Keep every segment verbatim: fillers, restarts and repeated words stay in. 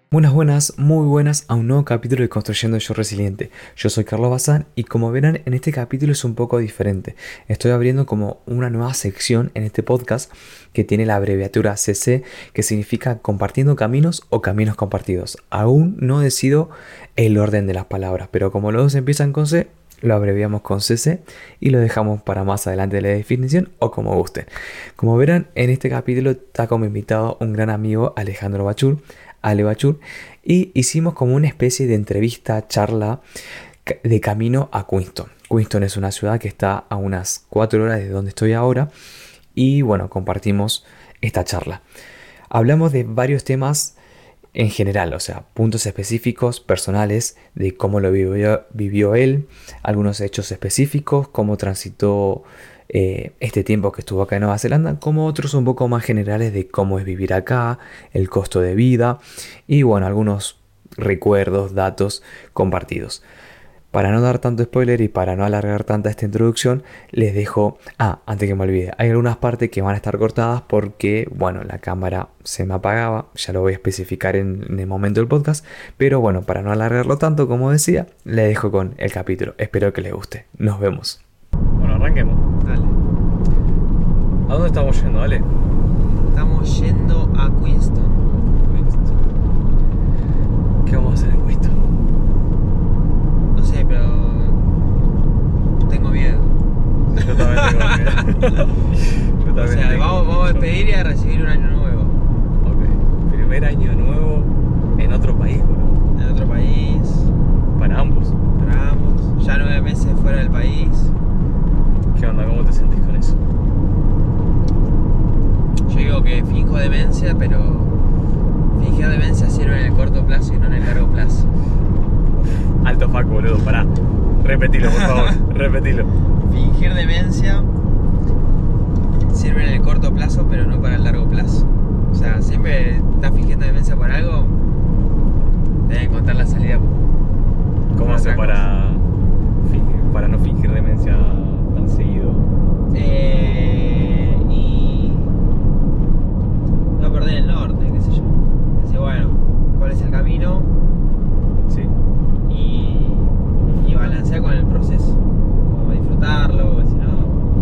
Buenas, buenas, muy buenas a un nuevo capítulo de Construyendo Yo Resiliente. Yo soy Carlos Bazán y como verán en este capítulo es un poco diferente. Estoy abriendo como una nueva sección en este podcast que tiene la abreviatura C C, que significa compartiendo caminos o caminos compartidos. Aún no decido el orden de las palabras, pero como los dos empiezan con C, lo abreviamos con C C y lo dejamos para más adelante de la definición o como gusten. Como verán, en este capítulo está como invitado un gran amigo, Alejandro Bachur, Ale Bachur, y hicimos como una especie de entrevista, charla de camino a Queenstown. Queenstown es una ciudad que está a unas cuatro horas de donde estoy ahora y bueno, compartimos esta charla. Hablamos de varios temas en general, o sea, puntos específicos, personales, de cómo lo vivió, vivió él, algunos hechos específicos, cómo transitó eh, este tiempo que estuvo acá en Nueva Zelanda, como otros un poco más generales de cómo es vivir acá, el costo de vida y bueno, algunos recuerdos, datos compartidos. Para no dar tanto spoiler y para no alargar tanta esta introducción, les dejo... Ah, antes que me olvide, hay algunas partes que van a estar cortadas porque, bueno, la cámara se me apagaba, ya lo voy a especificar en, en el momento del podcast, pero bueno, para no alargarlo tanto, como decía, les dejo con el capítulo. Espero que les guste. Nos vemos. Bueno, arranquemos. Dale. ¿A dónde estamos yendo, Ale? Estamos yendo a Queenstown. ¿Qué vamos a hacer en Queenstown? No sé, pero tengo miedo. Yo también tengo miedo. Yo también O sea, tengo vamos, vamos a mucho. despedir y a recibir un año nuevo. Ok. Primer año nuevo en otro país, bro. En otro país, Para ambos. para ambos. Ya nueve meses fuera del país. ¿Qué onda? ¿Cómo te sentís con eso? Yo digo que finjo demencia, pero fingir demencia sirve en el corto plazo y no en el largo plazo. Alto fuck, boludo. Pará. Repetilo, por favor. Repetilo. Fingir demencia sirve en el corto plazo, pero no para el largo plazo. O sea, siempre estás fingiendo demencia por algo, debes encontrar la salida. ¿Cómo hace Otra para, fingir- para no fingir demencia tan seguido? Eh, y no perder el norte, qué sé yo. Decir, bueno, ¿cuál es el camino? Sí. Y, y balancear con el proceso. Como disfrutarlo, porque si no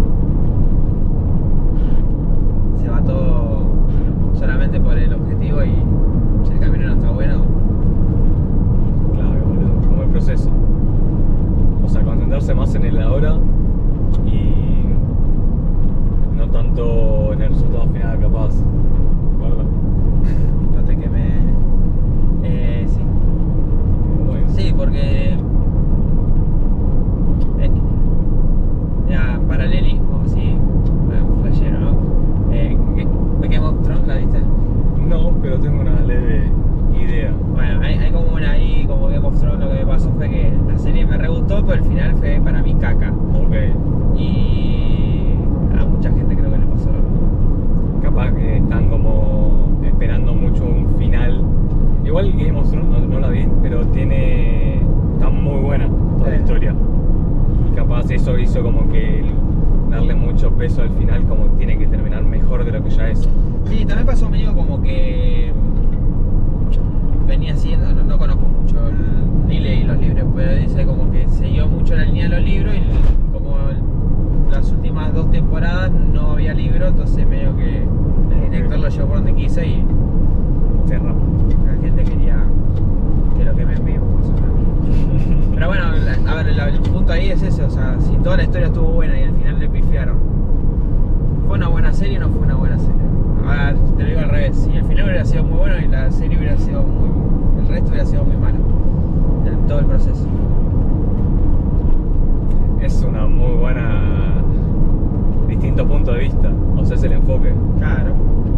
se va todo solamente por el objetivo y si el camino no está bueno. Claro, boludo. Como el proceso. O sea, concentrarse más en el ahora y no tanto en el resultado final, capaz. ¿Verdad? No te quemé. Eh, sí. Bueno. Sí, porque eh, ya, paralelismo, sí, bueno, flashero, ¿no? Eh, ¿de Game of Thrones la viste? No, pero tengo una leve idea. Bueno, hay, hay como una ahí, como Game of Thrones, lo que me pasó fue que la serie me re gustó, pero el final fue para mí caca. Ok. Y a mucha gente creo que le pasó lo mismo. Capaz que están como esperando mucho un final. Igual Game of Thrones no, no la vi, pero tiene. Está muy buena toda la Sí. historia. Y capaz eso hizo como que el- darle mucho peso al final, como tiene que terminar mejor de lo que ya es. Sí, también pasó medio como que venía siendo, no, no conozco mucho, el- ni leí los libros, pero dice como que siguió mucho la línea de los libros y como el- las últimas dos temporadas no había libro, entonces medio que el director lo llevó por donde quiso y Cerra. la gente quería que lo quemen vivo, más o menos. Pero bueno, la- a ver, la- el punto ahí es ese, o sea, si toda la historia estuvo buena y al final le pifiaron, ¿fue una buena serie o no fue una buena serie? Ahora te lo digo al revés, si el final hubiera sido muy bueno y la serie hubiera sido muy... el resto hubiera sido muy malo, el- todo el proceso. Es una muy buena. Distinto punto de vista. O sea, es el enfoque. Claro.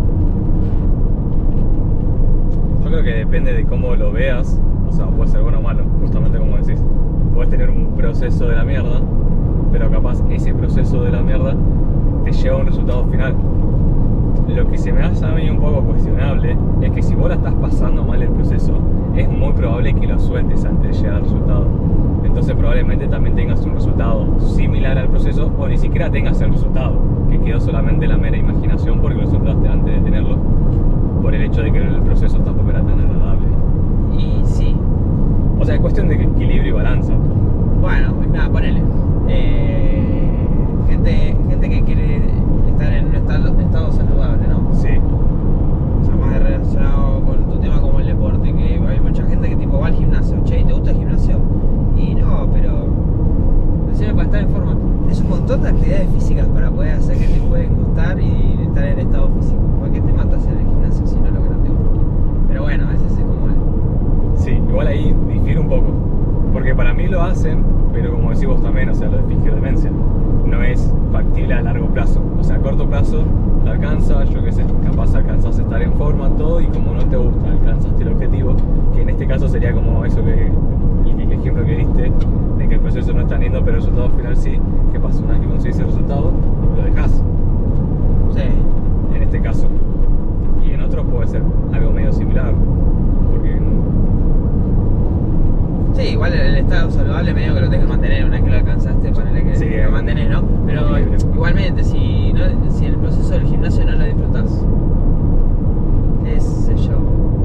Yo creo que depende de cómo lo veas. O sea, puede ser bueno o malo, justamente como decís. Puedes tener un proceso de la mierda, pero capaz ese proceso de la mierda te lleva a un resultado final. Lo que se me hace a mí un poco cuestionable es que si vos la estás pasando mal el proceso, es muy probable que lo sueltes antes de llegar al resultado. Entonces probablemente también tengas un resultado similar al proceso o ni siquiera tengas el resultado, que quedó solamente la mera imaginación porque lo soltaste antes de tenerlo, por el hecho de que el proceso tampoco era tan agradable. Y sí. O sea, es cuestión de equilibrio y balanza. Bueno, nada, ponele. Eh, gente, gente que quiere estar en un estado, estado saludable, ¿no? Sí. O sea, más relacionado con tu tema como el deporte, que hay mucha gente que tipo va al gimnasio. Che, ¿te gusta el gimnasio? Y no, pero me sirve para estar en forma. Es un montón de actividades físicas para poder hacer que te pueden gustar y estar en estado físico. ¿Por qué te matas en el gimnasio si no es lo que no te gusta? Pero bueno, a veces es como es. Sí, igual ahí difiere un poco. Porque para mí lo hacen, pero como decís vos también, o sea, lo de fingir demencia no es factible a largo plazo. O sea, a corto plazo te alcanza, yo qué sé, capaz alcanzás a estar en forma, todo, y como no te gusta, alcanzaste el objetivo, que en este caso sería como eso que, el, el ejemplo que diste, de que el proceso no es tan lindo, pero el resultado final sí. ¿Qué pasa? Una vez que consigues el resultado, lo dejás. Sí. En este caso. Y en otros puede ser algo medio similar. Porque sí, igual el estado saludable medio que lo tenés que mantener una vez que lo alcanzaste, ponele que sí, lo mantenés, ¿no? Pero equilibrio. igualmente, si, no, si el proceso del gimnasio no lo disfrutás, qué sé yo.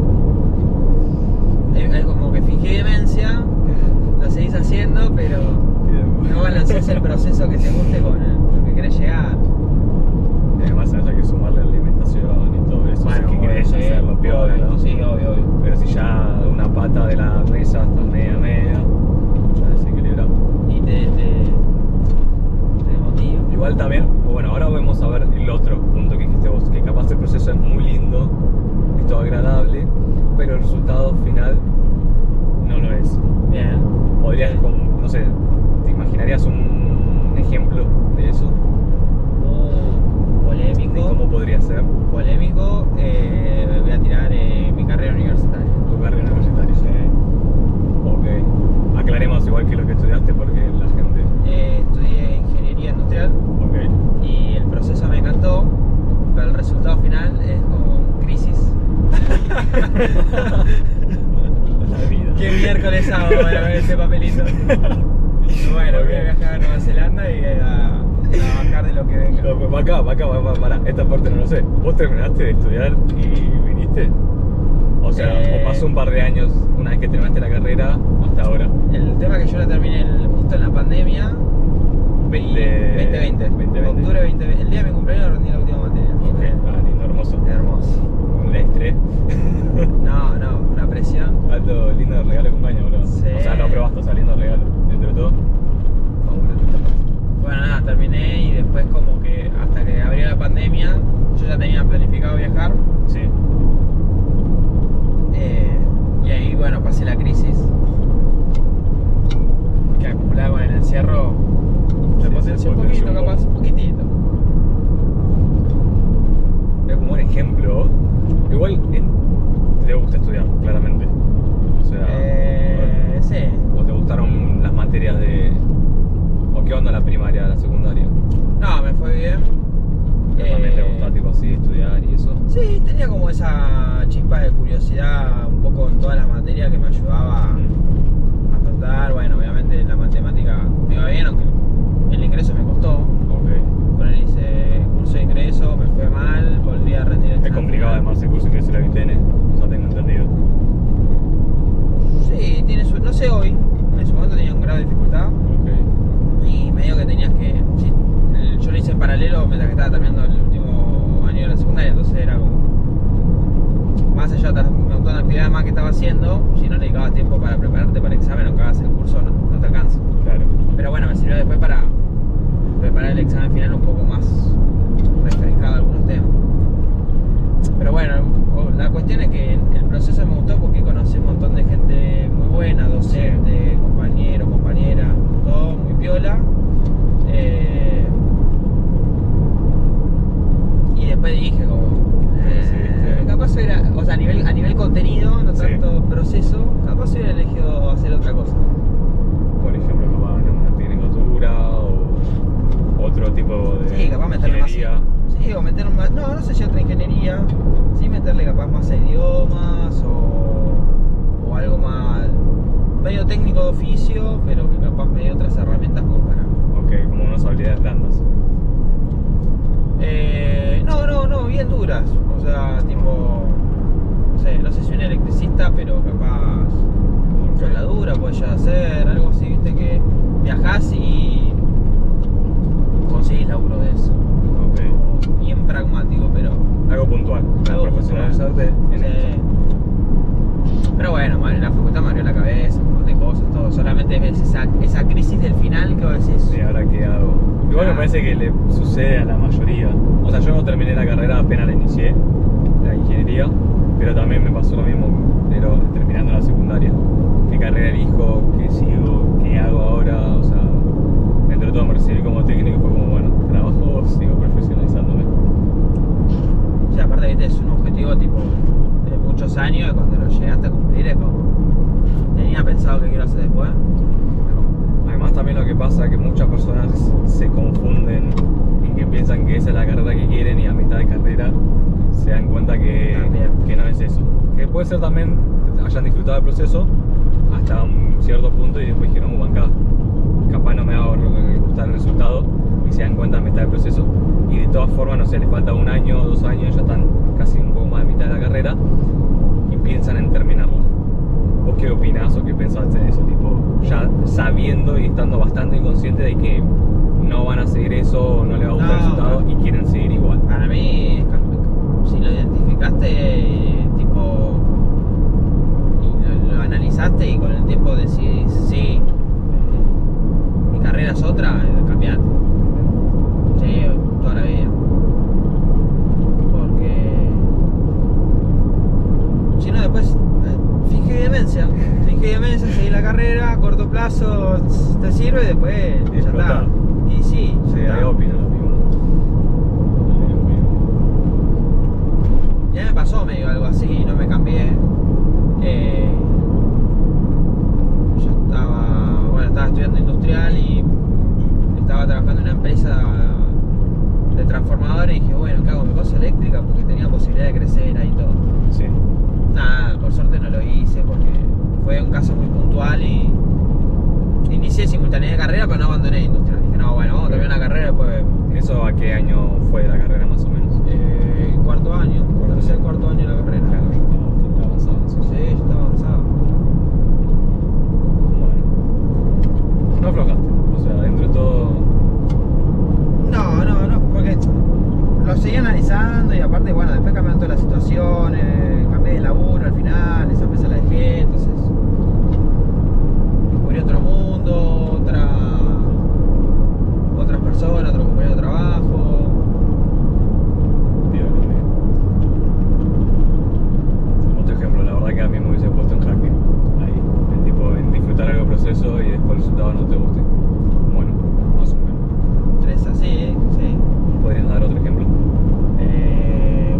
Es, es como que fingí demencia, lo seguís haciendo, pero no balanceás el proceso que te guste con el, lo que querés llegar. Y además hay que sumarle la alimentación y todo eso. Bueno, si que querés sí, hacerlo peor, obvio, ¿no? sí, obvio, obvio. Pero si ya una pata de la mesa hasta media media, ya desequilibrado. Y te, te, te motiva. Igual también, bueno, ahora vamos a ver el otro punto que dijiste vos, que capaz el proceso es muy lindo, es todo agradable, pero el resultado final no lo es. Bien. Podrías, como, no sé, ¿te imaginarías un ejemplo de eso? Uh, polémico. ¿De cómo podría ser Polémico, eh, voy a tirar eh, mi carrera universitaria. tu carrera universitaria? Ok. Aclaremos igual que lo que estudiaste porque la gente... Eh, estudié ingeniería industrial Ok. y el proceso me encantó, pero el resultado final es como crisis. La vida. ¿Qué miércoles hago para ver ese papelito? Bueno, voy a viajar a Nueva Zelanda y a, a bajar de lo que venga. No, pues va acá, va acá, va, va, para. Esta parte no lo sé. ¿Vos terminaste de estudiar y viniste? O sea, Eh, o pasó un par de años una vez que terminaste la carrera hasta ahora. El tema es que yo la terminé el- justo en la pandemia. veinte veinte veinte. veinte. Octubre veinte veinte. El día de mi cumpleaños rendí la última materia. Ok, ah, lindo, hermoso. Hermoso. Un estrés. No, no, una presión. Alto, lindo regalo de cumpleaños, bro. Sí. O sea, lo probaste, o sea, lindo regalo. Dentro de todo. Bueno, nada, terminé y después como que hasta que abrió la pandemia, yo ya tenía planificado viajar. Sí. eh, y ahí, bueno, pasé la crisis. Que acumulada con el encierro, se Sí, potenció se un potenció poquito, un poco. capaz, un poquitito. Es como un ejemplo. Igual en- te gusta estudiar, claramente. O sea, Eh, sí. ¿o te gustaron las materias de... o qué onda la primaria, la secundaria? No, me fue bien. ¿Que también te Eh, gustaba tipo así estudiar y eso? Sí, tenía como esa chispa de curiosidad un poco en todas las materias que me ayudaba a afrontar. Bueno, obviamente la matemática me iba bien, aunque el ingreso me costó. Ok. Con él hice curso de ingreso, me fue mal, volví a rendir el Es examen complicado final. además el curso que es la V T N, o sea, tengo entendido. Sí, tiene su, no sé hoy, en su momento tenía un grado de dificultad Ok. y medio que tenías que, sí, el- yo lo hice en paralelo mientras que estaba terminando el último año de la secundaria, entonces era como, más allá de un montón de actividades más que estaba haciendo, si no le dedicabas tiempo para prepararte para el examen o que hagas el curso, no, no te alcanza. Claro. Pero bueno, me sirvió después para preparar el examen final un poco más refrescado algunos temas. Pero bueno, o- la cuestión es que el proceso me gustó porque conocí un montón de gente muy buena, docente, compañero, compañera, todo muy piola. Eh, y después dije como, eh, decidiste? capaz hubiera, o sea, a nivel, a nivel contenido, no Sí. tanto proceso, capaz hubiera elegido hacer otra cosa. Por ejemplo, capaz una tecnicatura o otro tipo de Sí, capaz meterle más. ingeniería. Sí, o meterle más. No, no sé si otra ingeniería. Sí, meterle capaz más a idiomas o, o algo más. Medio técnico de oficio, pero que capaz me dé otras herramientas como para. Ok, como unas habilidades blandas. Eh, no, no, no, bien duras. O sea, tipo. No sé, no sé si un electricista, pero capaz esa crisis del final que vos decís. Sí, ahora qué hago. Igual me Ah. parece que le sucede a la mayoría. O sea, yo no terminé la carrera, apenas la inicié, la ingeniería, pero también me pasó lo mismo, pero terminando la secundaria. ¿Qué carrera elijo? ¿Qué sigo? ¿Qué hago ahora? O sea, entre todo me recibí como técnico y fue como, bueno, trabajo o sigo profesionalizándome. O sea, aparte viste, es un objetivo tipo de muchos años y cuando lo llegaste a cumplir es como. Tenía pensado que quiero hacer después. Además también lo que pasa es que muchas personas se confunden y que piensan que esa es la carrera que quieren y a mitad de carrera se dan cuenta que, También. que no es eso. Que puede ser también hayan disfrutado del proceso hasta un cierto punto y después dijeron, uh, acá capaz no me va a gustar el resultado y se dan cuenta a mitad del proceso y de todas formas, no sé, les falta un año o dos años, ya están casi un poco más de mitad de la carrera y piensan en terminarla. ¿Vos qué opinás o qué pensaste de eso? Tipo, ya sabiendo y estando bastante consciente de que no van a seguir eso o no les va a gustar No, el resultado no. y quieren seguir igual. Para mí, si lo identificaste, tipo, y lo, lo analizaste y con el tiempo decís, sí, eh, mi carrera es otra, eh, cambiate. Sí, toda la vida. Porque si no después eh, finge demencia. Finge demencia, seguí la carrera, a corto plazo te sirve y después ya Explotar. está. Y sí, ya Sí, está. ahí opino lo mismo. Ahí opino. Ya me pasó medio algo así, no me cambié. Eh, yo estaba, bueno, estaba estudiando industrial y estaba trabajando en una empresa de transformadores y dije, bueno, ¿qué hago? Me paso eléctrica porque tenía posibilidad de crecer ahí todo. Sí. Nada, por suerte no lo hice porque fue un caso muy puntual y inicié simultaneidad de carrera pero no abandoné industrial. Dije, no, bueno, vamos a terminar la carrera y después vemos. ¿Eso a qué año fue la carrera más o menos? Eh, cuarto año, Cuarto tercer, año. cuarto año de la carrera. Claro, yo estaba bastante avanzado. Sí, yo estaba avanzado. Bueno. No aflojaste. O sea, dentro de todo. No, no, no, porque lo seguí analizando y aparte, bueno, después cambiaron todas las situaciones, cambié de laburo al final, esa empresa la dejé, entonces descubrí otro mundo, otra, otras personas, otro compañero de trabajo. Tío, lo mío. Otro ejemplo, la verdad que a mí me hubiese puesto en jaque. Ahí. En tipo, en disfrutar algo proceso y después el resultado no te guste. Bueno, más o menos. Tres así, sí. ¿Podrías dar otro ejemplo? Eh,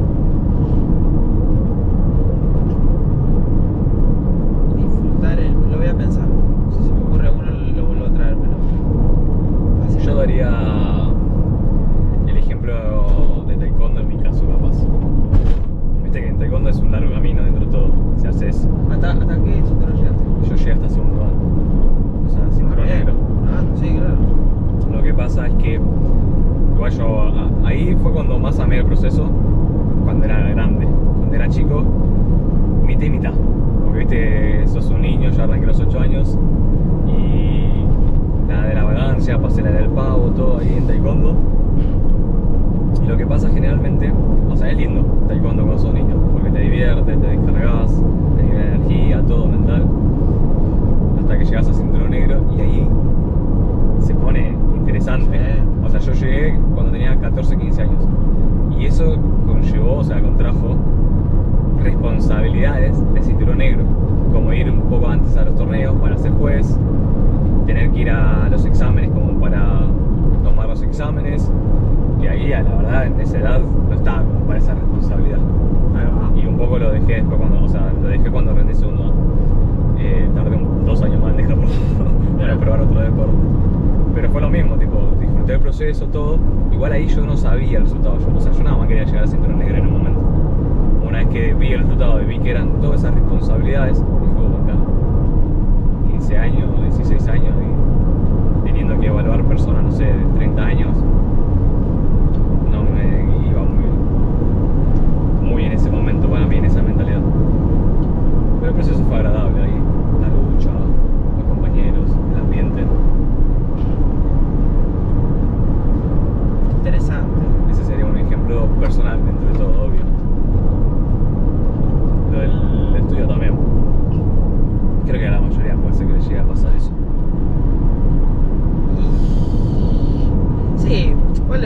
disfrutar el, lo voy a pensar. Si se me ocurre uno lo vuelvo a traer, pero así Yo no. daría el ejemplo de taekwondo en mi caso, capaz. Viste que en taekwondo es un largo camino dentro de todo. Si haces, ¿Hasta, hasta qué cinturón llegaste? yo llegué hasta segundo dan. O sea, cinturón Bien. negro. Ah, sí, claro. Lo que pasa es que igual yo a- ahí fue cuando más amé el proceso, cuando era grande. Cuando era chico, mitad y mitad. Porque viste, sos un niño, yo arranqué a los ocho años y la de la vagancia, pasé la del pavo, todo ahí en taekwondo. Y lo que pasa generalmente, o sea, es lindo taekwondo cuando sos niño, porque te divierte, te descargas, te libera energía, todo mental. Hasta que llegas a cinturón negro y ahí se pone interesante. Sí. O sea, yo llegué cuando tenía catorce, quince años. Y eso conllevó, o sea, contrajo responsabilidades de cinturón negro. Como ir un poco antes a los torneos para ser juez, tener que ir a los exámenes como para tomar los exámenes. Y ahí, a la verdad, en esa edad no estaba como para esa responsabilidad. Ahí va. Y un poco lo dejé después cuando, o sea, lo dejé cuando rendí segundo. Eh, tardé un- dos años más en dejarlo para probar otro deporte. Pero fue lo mismo, tipo, disfruté el proceso, todo. Igual ahí yo no sabía el resultado. Yo, o sea, yo nada más quería llegar a cinturón negro en un momento. Una vez que vi el resultado y vi que eran todas esas responsabilidades, dije, oh, acá, quince años, dieciséis años, y teniendo que evaluar personas, no sé, de treinta años, no me iba muy, muy en ese momento para mí, en esa mentalidad. Pero el proceso fue agradable ahí, la lucha, los compañeros, el ambiente. Interesante. Ese sería un ejemplo personal dentro de todo, obvio. Lo del estudio también. Creo que a la mayoría puede ser que le llegue a pasar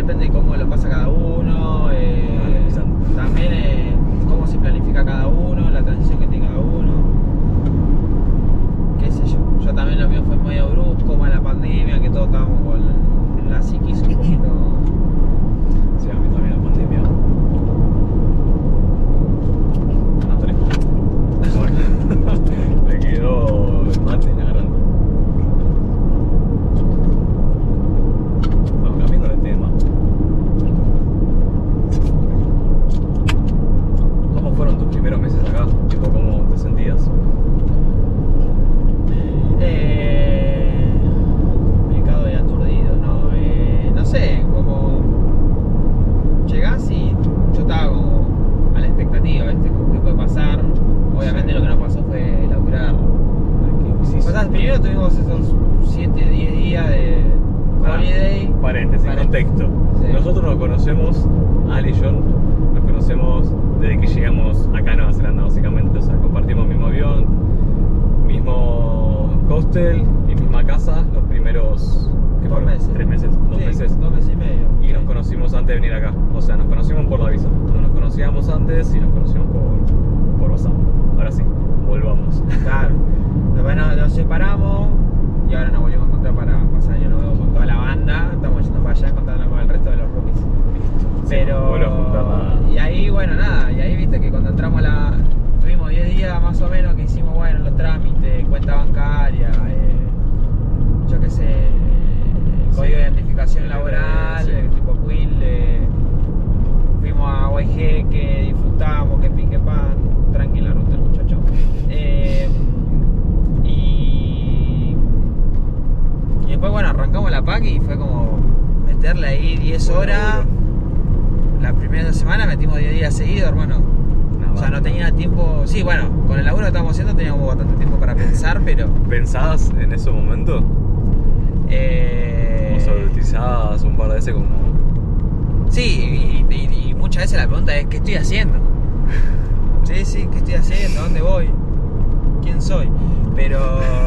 depende de cómo lo pasa cada uno, eh, también eh, cómo se planifica cada uno, la transición que tiene cada uno, qué sé yo. Yo también lo mío fue medio brusco, más la pandemia, que todos estábamos con la psiquis un poquito. Sí, a mí también la pandemia. Me quedó el mate en la garganta. Bueno, cambiando de tema. ¿Cómo fueron tus primeros meses acá? Tipo, ¿cómo te sentías? Eh, complicado y aturdido, ¿no? Eh, no sé, como llegás y yo estaba como a la expectativa, ¿viste? ¿Qué puede pasar? Obviamente lo que nos pasó fue laburar. O sea, primero tuvimos esos siete, diez días de holiday. Ah, paréntesis, Paréntesis. contexto. Sí. Nosotros nos conocemos, Ali y John, nos conocemos desde que llegamos acá a Nueva Zelanda, básicamente. O sea, compartimos el mismo avión, mismo hostel y misma casa los primeros ¿qué Dos fueron? meses. Tres meses, dos Sí, meses. Dos meses y medio. Y nos conocimos antes de venir acá. O sea, nos conocimos por la visa. No nos conocíamos antes y nos conocimos por, por WhatsApp. Ahora sí, volvamos. Claro. Bueno, nos separamos y ahora nos volvimos a encontrar para pasar año nuevo con toda la banda. Estamos yendo para allá contando con el resto de los rookies. Pero. Vuelvo a juntar la- Y ahí, bueno, nada. Y ahí viste que cuando entramos a la. Tuvimos diez días más o menos que hicimos, bueno, los trámites, cuenta bancaria, eh, yo qué sé, el Sí. código de identificación Sí. laboral, el tipo Quill. Eh, fuimos a Guayjeque, disfrutamos, que pique pan. Tranquila ruta el muchacho. Eh, y, y después, bueno, arrancamos la P A C y fue como meterle ahí diez Buen horas. laburo. La primera semana metimos diez días seguidos, hermano. Una O sea, no banda. tenía tiempo. Sí, bueno, con el laburo que estábamos haciendo teníamos bastante tiempo para pensar, pero. ¿Pensabas en ese momento? Eh, ¿O sea, utilizabas un par de veces como... Sí, y, y- y muchas veces la pregunta es: ¿qué estoy haciendo? Sí, sí, ¿qué estoy haciendo? ¿Dónde voy? ¿Quién soy? Pero.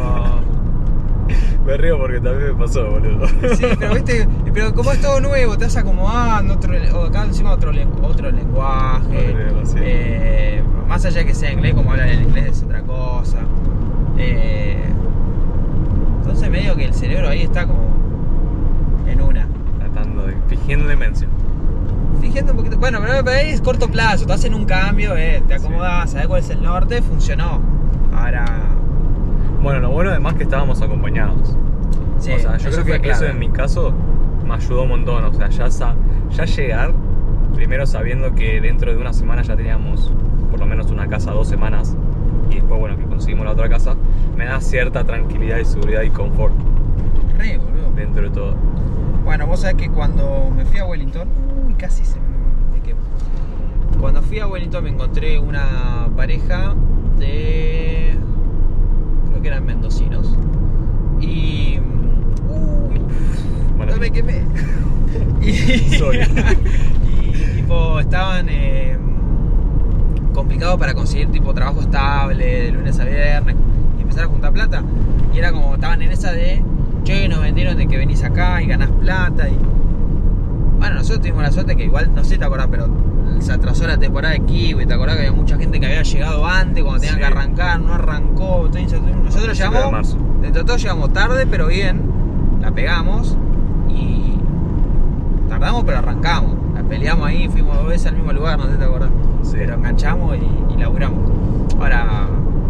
Me río porque también me pasó, boludo. Sí, pero viste, pero como es todo nuevo, te vas acomodando, otro, o acá encima otro, len- otro lenguaje. Otro lenguaje, sí. eh, más allá de que sea inglés, como hablar el inglés es otra cosa. Eh, entonces medio que el cerebro ahí está como en una. Tratando de... fingiendo demencia. Fingiendo un poquito. Bueno, pero ahí es corto plazo, te hacen un cambio, eh, te acomodas, sabes cuál es el norte, funcionó. Ahora. Bueno, lo bueno además que estábamos acompañados. Sí, o sea, yo eso creo fue que eso clave. en mi caso me ayudó un montón. O sea, ya, sa- ya llegar, primero sabiendo que dentro de una semana ya teníamos por lo menos una casa, dos semanas, y después, bueno, que conseguimos la otra casa, me da cierta tranquilidad y seguridad y confort Re, boludo. dentro de todo. Bueno, vos sabés que cuando me fui a Wellington, uy, casi se me quemó. Cuando fui a Wellington me encontré una pareja de, creo que eran mendocinos. Y, uy, Bueno, no me quemé. Y, Sorry. y tipo, estaban eh, complicados para conseguir tipo trabajo estable, de lunes a viernes, y empezar a juntar plata. Y era como, estaban en esa de, che, nos vendieron de que venís acá y ganás plata. Y bueno, nosotros tuvimos la suerte que igual, no sé si te acordás, pero se atrasó la temporada de Kiwi. ¿Te acordás que había mucha gente que había llegado antes cuando tenían Sí. que arrancar? No arrancó. Entonces, nosotros Sí, de llegamos, marzo. dentro de todo llegamos tarde, pero bien. La pegamos y tardamos, pero arrancamos. La peleamos ahí, fuimos dos veces al mismo lugar, no sé si te acordás. Sí. Pero enganchamos y, y laburamos. Ahora,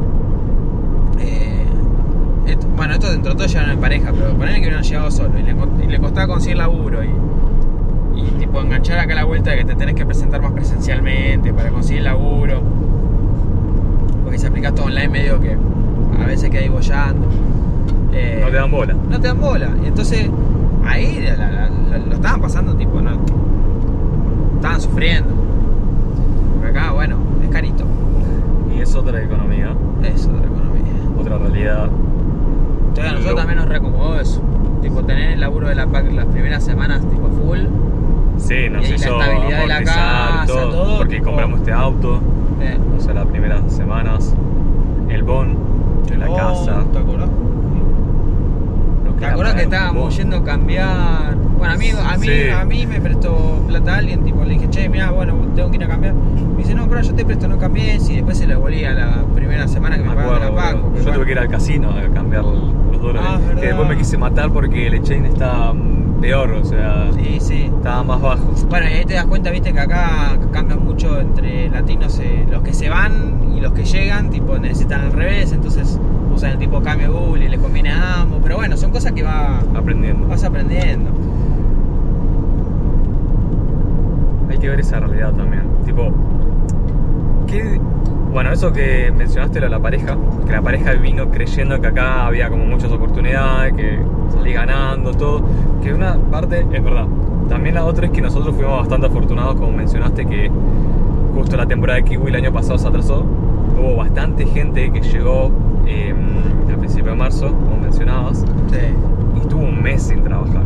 eh, esto- bueno, esto dentro de todo llegaron en pareja, pero ponele que hubieran llegado solo y le, co- y le costaba conseguir laburo y, y tipo enganchar acá la vuelta de que te tenés que presentar más presencialmente para conseguir laburo, porque si aplicás todo online medio que a veces quedás ahí boyando. Eh, No te dan bola. no te dan bola. Y entonces ahí la- la- la- lo estaban pasando tipo, no, estaban sufriendo. Porque acá, bueno, es carito. Y es otra economía, Es otra economía. otra realidad. Entonces a nosotros Lo- también nos reacomodó eso. Tipo, tener el laburo de la P A C las primeras semanas tipo full. Sí, nos Y ahí la hizo estabilidad de la amortizar casa, todo, todo, porque tipo- compramos este auto, Eh, o sea, las primeras semanas, el bon, la oh, casa. ¿Te acordás? Lo ¿Te era acordás que pagar un estábamos bon. yendo a cambiar? Bueno, a mí, a mí, Sí. a mí me prestó plata alguien, tipo, le dije, che, mirá, bueno, tengo que ir a cambiar. Me dice, no, pero yo te presto, no cambies, y después se lo devolví a la primera semana que me, Me pagaron acuerdo, la Paco. boludo. pero Yo bueno. tuve que ir al casino a cambiar los dólares. Ah, verdad. que después me quise matar porque el exchange está mm, peor, o sea, Sí, sí. estaba más bajo. Bueno, y ahí te das cuenta, viste, que acá cambian mucho entre latinos, eh, los que se van y los que llegan, tipo, necesitan al revés, entonces usan el tipo cambio Google y les conviene a ambos, pero bueno, son cosas que va, Aprendiendo. vas aprendiendo. Hay que ver esa realidad también. Tipo, ¿qué? Bueno, eso que mencionaste, lo de la pareja, que la pareja vino creyendo que acá había como muchas oportunidades, que salí ganando, todo, que una parte es verdad. También la otra es que nosotros fuimos bastante afortunados, como mencionaste, que justo la temporada de Kiwi el año pasado se atrasó. Hubo bastante gente que llegó eh, a principios de marzo, como mencionabas, Sí. y estuvo un mes sin trabajar.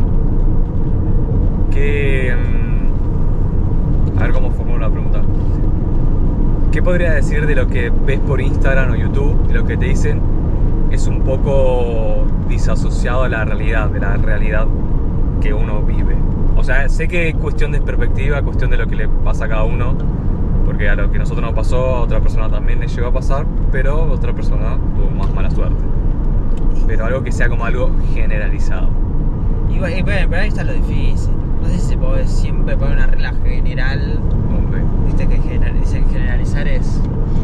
Que... mm, a ver cómo formulo la pregunta. ¿Qué podría decir de lo que ves por Instagram o YouTube, de lo que te dicen es un poco disasociado a la realidad, de la realidad que uno vive? O sea, sé que es cuestión de perspectiva, cuestión de lo que le pasa a cada uno, porque a lo que a nosotros nos pasó, a otra persona también le llegó a pasar, pero otra persona tuvo más mala suerte. Pero algo que sea como algo generalizado. Y bueno, y bueno, pero ahí está lo difícil. No sé si se puede siempre poner una regla general. Hombre. Viste que general- dicen generalizar es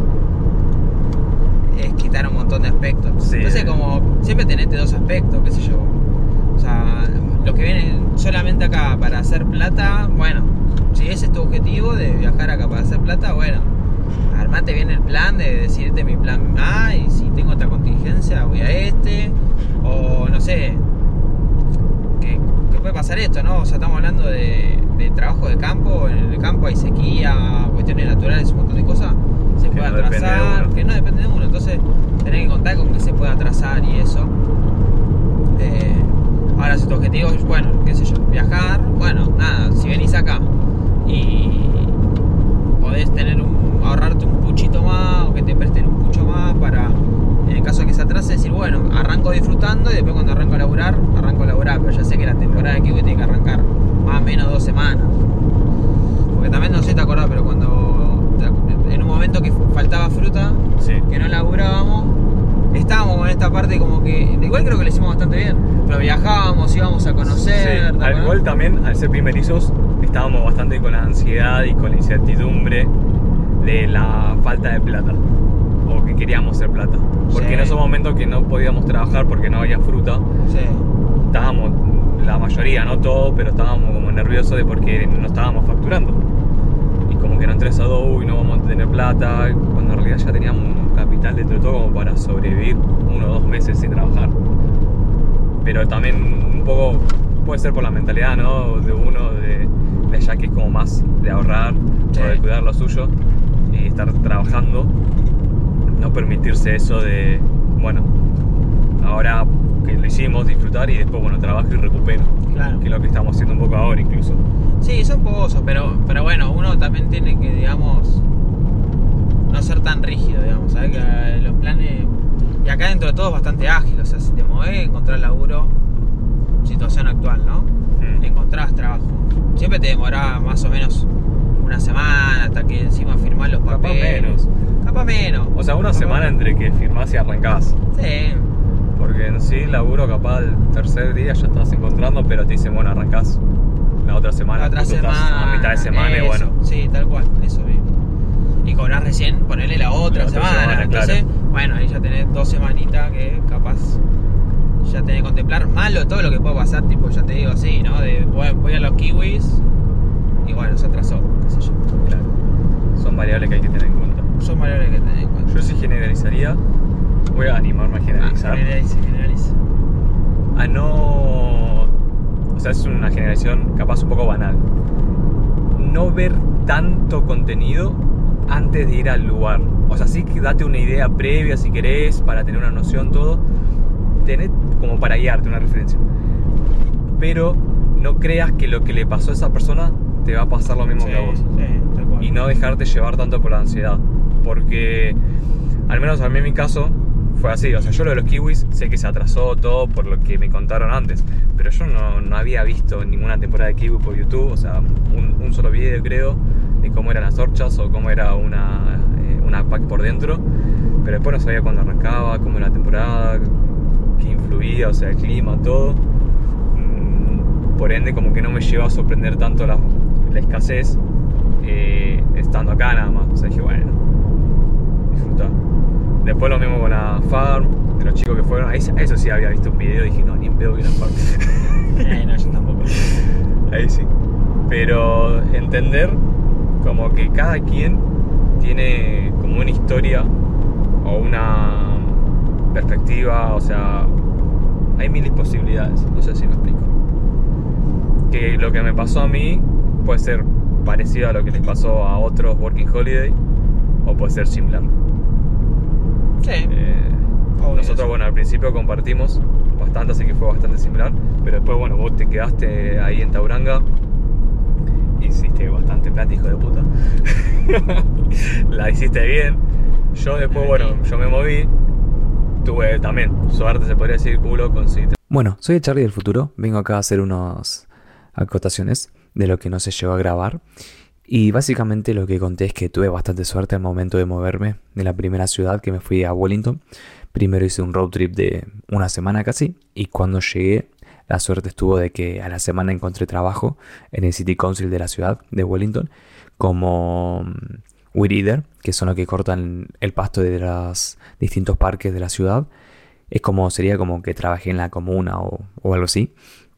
es quitar un montón de aspectos. Sí. Entonces, como siempre tenete dos aspectos, qué sé yo. O sea, los que vienen solamente acá para hacer plata, bueno, si ese es tu objetivo de viajar acá para hacer plata, bueno, armate bien el plan de decirte mi plan A, y si tengo otra contingencia voy a este, o no sé, que, que puede pasar esto, ¿no? O sea, estamos hablando de, de trabajo de campo, en el campo hay sequía, cuestiones naturales, un montón de cosas, se Que puede no depende de atrasar, uno. que no depende de uno, entonces tenés que contar con que se puede atrasar y eso. Eh, ahora, si tu objetivo es, bueno, qué sé yo, viajar, bueno, nada, si venís acá y podés tener un, ahorrarte un puchito más o que te presten un pucho más para, en el caso de que se atrase, decir, bueno, arranco disfrutando y después cuando arranco a laburar, arranco a laburar, pero ya sé que la temporada de Kiwi tiene que arrancar más o menos dos semanas. Porque también, no sé si te acordás, pero cuando en un momento que faltaba fruta, Sí. que no laburábamos, estábamos con esta parte como que, igual creo que lo hicimos bastante bien, pero viajábamos, íbamos a conocer, Sí, ¿te al acordás? igual también, al ser primerizos, estábamos bastante con la ansiedad y con la incertidumbre de la falta de plata, o que queríamos hacer plata. Porque Sí. en esos momentos que no podíamos trabajar porque no había fruta, Sí. estábamos, la mayoría, no todo, pero estábamos como nerviosos de porque no estábamos facturando. Y como que nos entró esa duda, uy, no vamos a tener plata, cuando en realidad ya teníamos un capital dentro de todo como para sobrevivir uno o dos meses sin trabajar. Pero también un poco puede ser por la mentalidad, ¿no? De uno de, de allá que es como más de ahorrar, Sí. o de cuidar lo suyo y estar trabajando, no permitirse eso de, bueno, ahora que lo hicimos, disfrutar y después, bueno, trabajo y recupero, Claro. que es lo que estamos haciendo un poco ahora incluso. Sí, son pozos, pero, pero bueno, uno también tiene que, digamos, no ser tan rígido, digamos, ¿sabes? Que eh, los planes, y acá dentro de todo es bastante ágil, o sea, si te movés, encontrás laburo, situación actual, ¿no? Mm. Encontrás trabajo. Siempre te demoraba más o menos una semana hasta que encima firmás los Capaz papeles. menos. Capaz menos. O sea, una Capaz semana menos. entre que firmás y arrancás. Sí. Porque en sí, laburo capaz el tercer día ya estás encontrando, pero te dicen, bueno, arrancás la otra semana. La otra justo estás semana. a mitad de semana y eso, bueno. Sí, tal cual, eso mismo. Y cobrás recién, ponerle la otra La otra semana. semana, Entonces, claro. bueno, ahí ya tenés dos semanitas que capaz ya tenés que contemplar malo todo lo que pueda pasar, tipo, ya te digo así, ¿no? De voy, voy a los kiwis y bueno, se atrasó, qué sé yo. Claro. Son variables que hay que tener en cuenta. Son valores que tenés en cuenta. Yo sí generalizaría, voy a animarme a Ah, generalizar. generalice, generalice. A no... O sea, es una generación capaz un poco banal. No ver tanto contenido antes de ir al lugar. O sea, sí que date una idea previa si querés, para tener una noción, todo. Tener como para guiarte una referencia. Pero no creas que lo que le pasó a esa persona te va a pasar lo mismo Sí, que a vos. sí, tal cual. Y no dejarte llevar tanto por la ansiedad. Porque, al menos a mí en mi caso, fue así. O sea, yo lo de los kiwis sé que se atrasó todo por lo que me contaron antes. pero yo no, no había visto ninguna temporada de Kiwi por YouTube, o sea, un, un solo video creo, de cómo eran las horchas o cómo era una, eh, una pack por dentro, pero después no sabía cuándo arrancaba, cómo era la temporada, qué influía, o sea, el clima, todo. Mm, por ende, como que no me llegó a sorprender tanto la, la escasez eh, estando acá nada más, o sea, dije, bueno, disfrutar. Después lo mismo con la farm, de los chicos que fueron, ahí, eso sí había visto un video y dije, no, ni en pedo vi una farm. Eh, no, yo tampoco. Ahí sí. Pero entender como que cada quien tiene como una historia o una perspectiva, o sea, hay mil posibilidades, no sé si me explico. Que lo que me pasó a mí puede ser parecido a lo que les pasó a otros Working Holiday o puede ser similar. Sí. Eh, nosotros, bueno, al principio compartimos bastante, así que fue bastante similar, pero después, bueno, vos te quedaste ahí en Tauranga, hiciste bastante plata, hijo de puta. La hiciste bien. Yo después, bueno, yo me moví, tuve también suerte, se podría decir, culo con sí. Bueno, soy el Charlie del futuro, vengo acá a hacer unas acotaciones de lo que no se llegó a grabar. Y básicamente lo que conté es que tuve bastante suerte al momento de moverme de la primera ciudad, que me fui a Wellington. Primero hice un road trip de una semana casi, y cuando llegué la suerte estuvo de que a la semana encontré trabajo en el City Council de la ciudad de Wellington como weed eater, que son los que cortan el pasto de los distintos parques de la ciudad. Es como, sería como que trabajé en la comuna o, o algo así.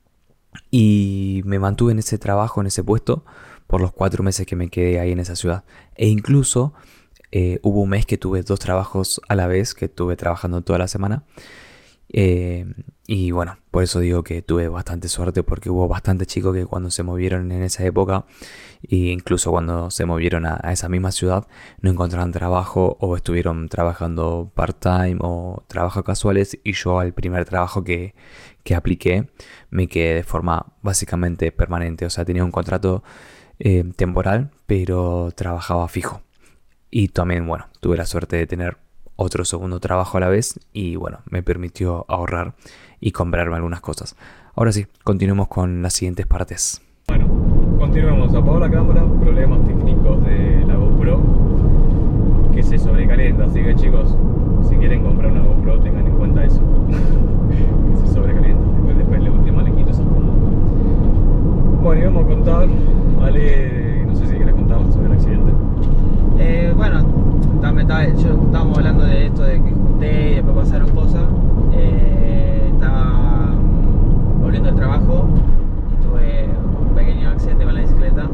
Y me mantuve en ese trabajo, en ese puesto, por los cuatro meses que me quedé ahí en esa ciudad. E incluso eh, hubo un mes que tuve dos trabajos a la vez, que estuve trabajando toda la semana. Eh, y bueno, por eso digo que tuve bastante suerte, porque hubo bastantes chicos que cuando se movieron en esa época, e incluso cuando se movieron a, a esa misma ciudad, no encontraron trabajo o estuvieron trabajando part-time o trabajos casuales. Y yo al primer trabajo que, que apliqué me quedé de forma básicamente permanente. O sea, tenía un contrato eh, temporal, pero trabajaba fijo. Y también, bueno, tuve la suerte de tener otro segundo trabajo a la vez y bueno, me permitió ahorrar y comprarme algunas cosas. Ahora sí, continuemos con las siguientes partes. Bueno, continuemos. Apagó la cámara, problemas técnicos de la GoPro que se sobrecalienta, así que chicos, si quieren comprar una GoPro tengan en cuenta eso. Que se sobrecalienta, después, después la última le quito esa funda. Bueno, y vamos a contar, Ale, no sé si querés contar sobre el accidente. Eh, bueno, también estaba, yo, estábamos hablando de esto de que junté y después pasaron cosas. Eh, estaba volviendo al trabajo y tuve un pequeño accidente con la bicicleta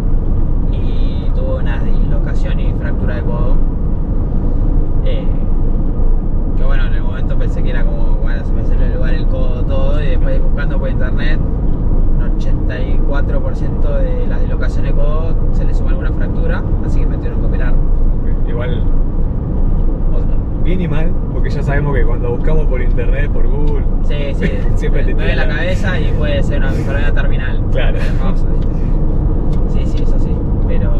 y tuve una dislocación y fractura de codo. Eh, que bueno, en el momento pensé que era como, bueno, se me salió el lugar el codo todo, y después buscando por internet, un ochenta y cuatro por ciento de las dislocaciones de codo se le suma alguna fractura, así que me tuvieron que operar. Igual, o sea, bien y mal, porque ya sabemos que cuando buscamos por internet, por Google, Sí, sí, siempre te me duele tira la cabeza y puede ser una enfermedad terminal. Claro. Hermoso, ¿viste? Sí, sí, eso sí, pero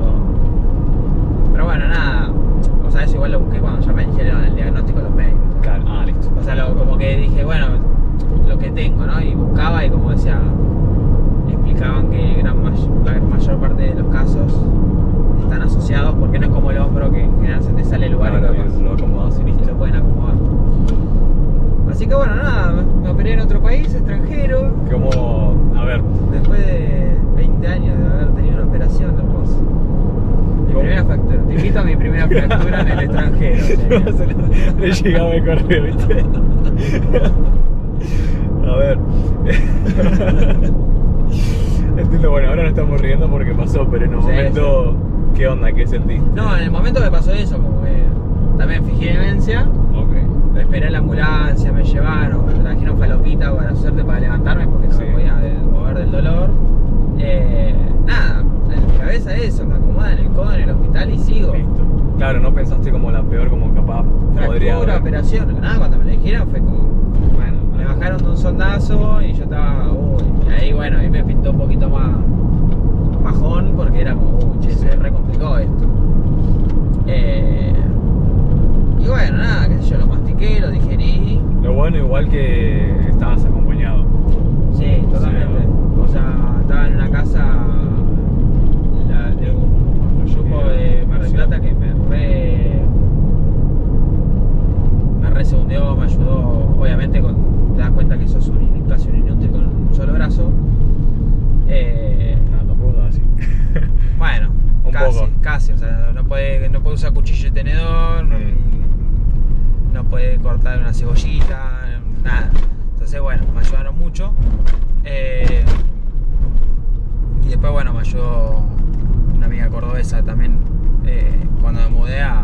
pero bueno, nada, o sea, eso igual lo busqué cuando ya me dijeron el diagnóstico de los médicos. Claro, ah, listo. O sea, lo, como que dije, bueno, lo que tengo, ¿no? Y buscaba y como decía, explicaban que gran may- la mayor parte de los casos están asociados, porque no es como el hombro que en general se te sale el lugar Claro, y capaz lo acomodas y listo. lo pueden acomodar. Así que bueno, nada, me- me operé en otro país, extranjero, Como, a ver, después de veinte años de haber tenido una operación hermosa. Mi ¿Cómo? primera fractura, te invito a mi primera fractura en el extranjero. ¿sí? le llegaba el correo, ¿viste? A ver. Entiendo, bueno, ahora no estamos riendo porque pasó, pero en un Sí, momento, ¿qué onda? ¿Qué sentiste? No, en el momento me pasó eso, como que también fingí demencia, Ok. esperé la ambulancia, me llevaron, me trajeron falopita para suerte para levantarme porque no Sí. me podía de- mover del dolor. Eh, nada, en mi cabeza eso, me acomodan el codo en el hospital y sigo. Listo. Claro, no pensaste como la peor, como capaz podría Fractura, haber. operación, nada, cuando me lo dijeron fue como, Bueno, me bajaron de un sondazo y yo estaba, uy, y ahí bueno, ahí me pintó un poquito más bajón porque era como, uy, che, se re complicó esto. Eh, y bueno, nada, qué sé yo, lo mastiqué, lo digerí. Lo bueno igual que estabas acompañado. Sí, totalmente. casi, o sea, no puede, no puede usar cuchillo y tenedor, no, no puede cortar una cebollita, nada. Entonces, bueno, me ayudaron mucho. Eh, y después, bueno, me ayudó una amiga cordobesa también eh, cuando me mudé a,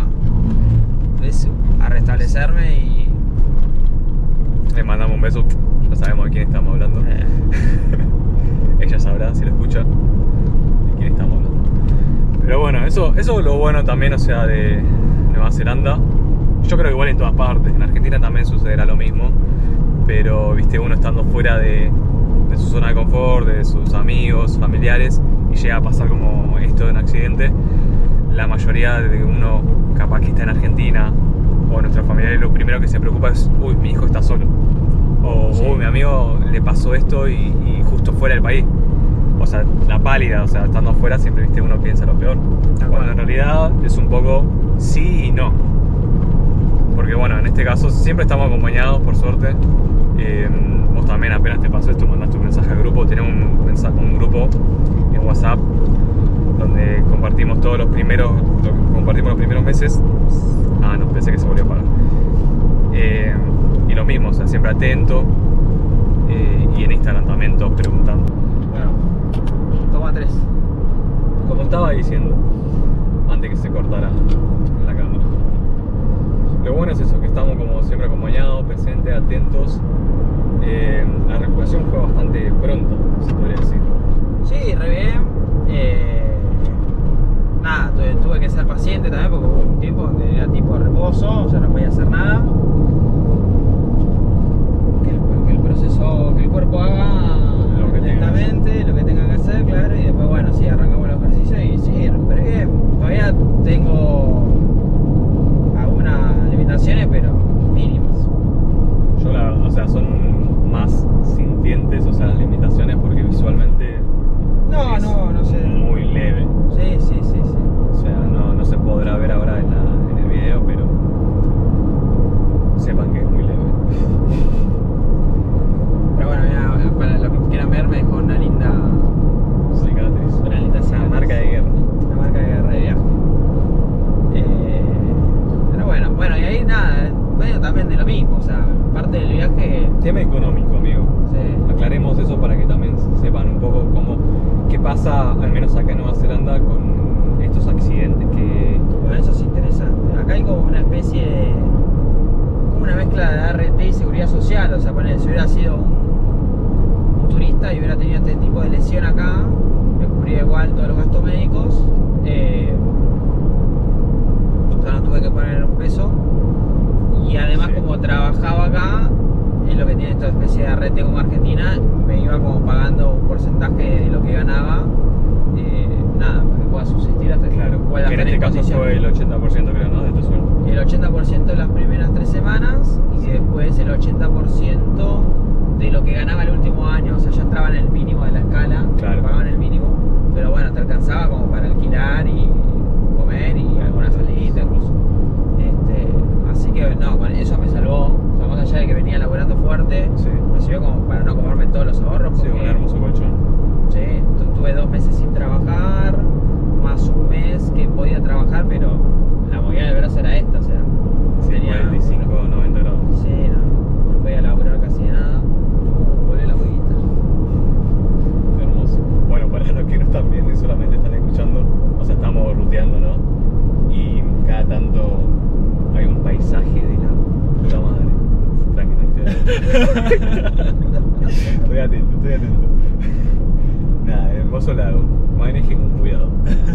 a restablecerme y... Le mandamos un beso, ya sabemos de quién estamos hablando. Eh. Ella sabrá si lo escucha de quién estamos hablando. Pero bueno, eso, eso es lo bueno también, o sea, de Nueva Zelanda. Yo creo que igual en todas partes, en Argentina también sucederá lo mismo. Pero, viste, uno estando fuera de, de su zona de confort, de sus amigos, familiares, y llega a pasar como esto de un accidente, la mayoría de uno capaz que está en Argentina o nuestros familiares, lo primero que se preocupa es, uy, mi hijo está solo, o Sí. uy, mi amigo le pasó esto y, y justo fuera del país. O sea, la pálida, o sea, estando afuera siempre, viste, uno piensa lo peor, Tal cuando cual. en realidad es un poco sí y no. Porque bueno, en este caso siempre estamos acompañados, por suerte. Eh, vos también apenas te pasó esto, mandaste un mensaje al grupo. Tenemos un, mensaje, un grupo en WhatsApp donde compartimos todos los primeros, lo que compartimos los primeros meses. Ah, no, pensé que se volvió a parar. Eh, y lo mismo, o sea, siempre atento. Eh, y en Instagram también todos preguntando. Bueno, toma tres. Como estaba diciendo, antes que se cortara la cámara. Lo bueno es eso, que estamos como siempre acompañados, presentes, atentos. Eh, la recuperación fue bastante pronto, se podría decir. Sí, re bien. Eh, nada, tuve, tuve que ser paciente también porque hubo un tiempo donde era tipo reposo, o sea, no podía hacer nada. Que el, que el proceso, que el cuerpo haga Lo que tenga que lentamente lo que tenga que hacer, claro, y después, bueno, sí, arrancamos el ejercicio y sí, pero bien. Todavía tengo algunas limitaciones, pero mínimas. Yo la verdad, o sea, son más sintientes, o sea, las limitaciones, porque visualmente No, es no, no sé. muy leve. Sí, sí, sí, sí. O sea, no, no se podrá ver ahora en, la, en el video, pero sepan que es muy leve. Pero bueno, ya, para los que quieran ver, me dejó una linda, Cicatriz. una linda Una cicatriz. marca de guerra. Una marca de guerra de viaje. Eh, pero bueno, bueno, y ahí nada, medio también de lo mismo, o sea, parte del viaje. Tema económico, amigo. Sí. Aclaremos eso para que también sepan un poco cómo, qué pasa, al menos acá en Nueva Zelanda, con estos accidentes que... Bueno, eso es interesante. Acá hay como una especie de. Como una mezcla de R T y seguridad social, o sea, ponele, si hubiera sido un, un turista y hubiera tenido este tipo de lesión acá, me cubría igual todos los gastos médicos. Eh, o sea, no tuve que poner un peso. Y además, Sí. como trabajaba acá, es lo que tiene esta especie de R T como Argentina, me iba como pagando un porcentaje de lo que ganaba, eh, nada, para que pueda subsistir hasta que Claro, pueda que en estar este caso condiciones. fue el ochenta por ciento, creo, ¿no? De tu sueldo. El ochenta por ciento las primeras tres semanas y después el ochenta por ciento de lo que ganaba el último año. O sea, ya entraba en el mínimo de la escala, Claro. pagaban el mínimo, pero bueno, te alcanzaba como para alquilar y comer y alguna salidita incluso. Este, así que no, bueno, eso me salvó. O sea, más allá de que venía laburando fuerte, Sí. me sirvió como para no comerme todos los ahorros. Sí, Porque, un hermoso colchón. sí, tu- tuve dos meses sin trabajar, más un mes que podía trabajar, pero la movida del brazo era esta, o sea, Sí, tenía cuarenta y cinco, noventa grados. Sí, no, no podía laburar casi de nada. Uh, volvió la huequita. Qué hermoso. Bueno, para los que no están viendo y solamente están escuchando, o sea, estamos ruteando, ¿no? Y cada tanto hay un paisaje de la puta madre. Tranquilo, estoy atento. Estoy atento, estoy atento. Nada, hermoso lago. Manejen con cuidado.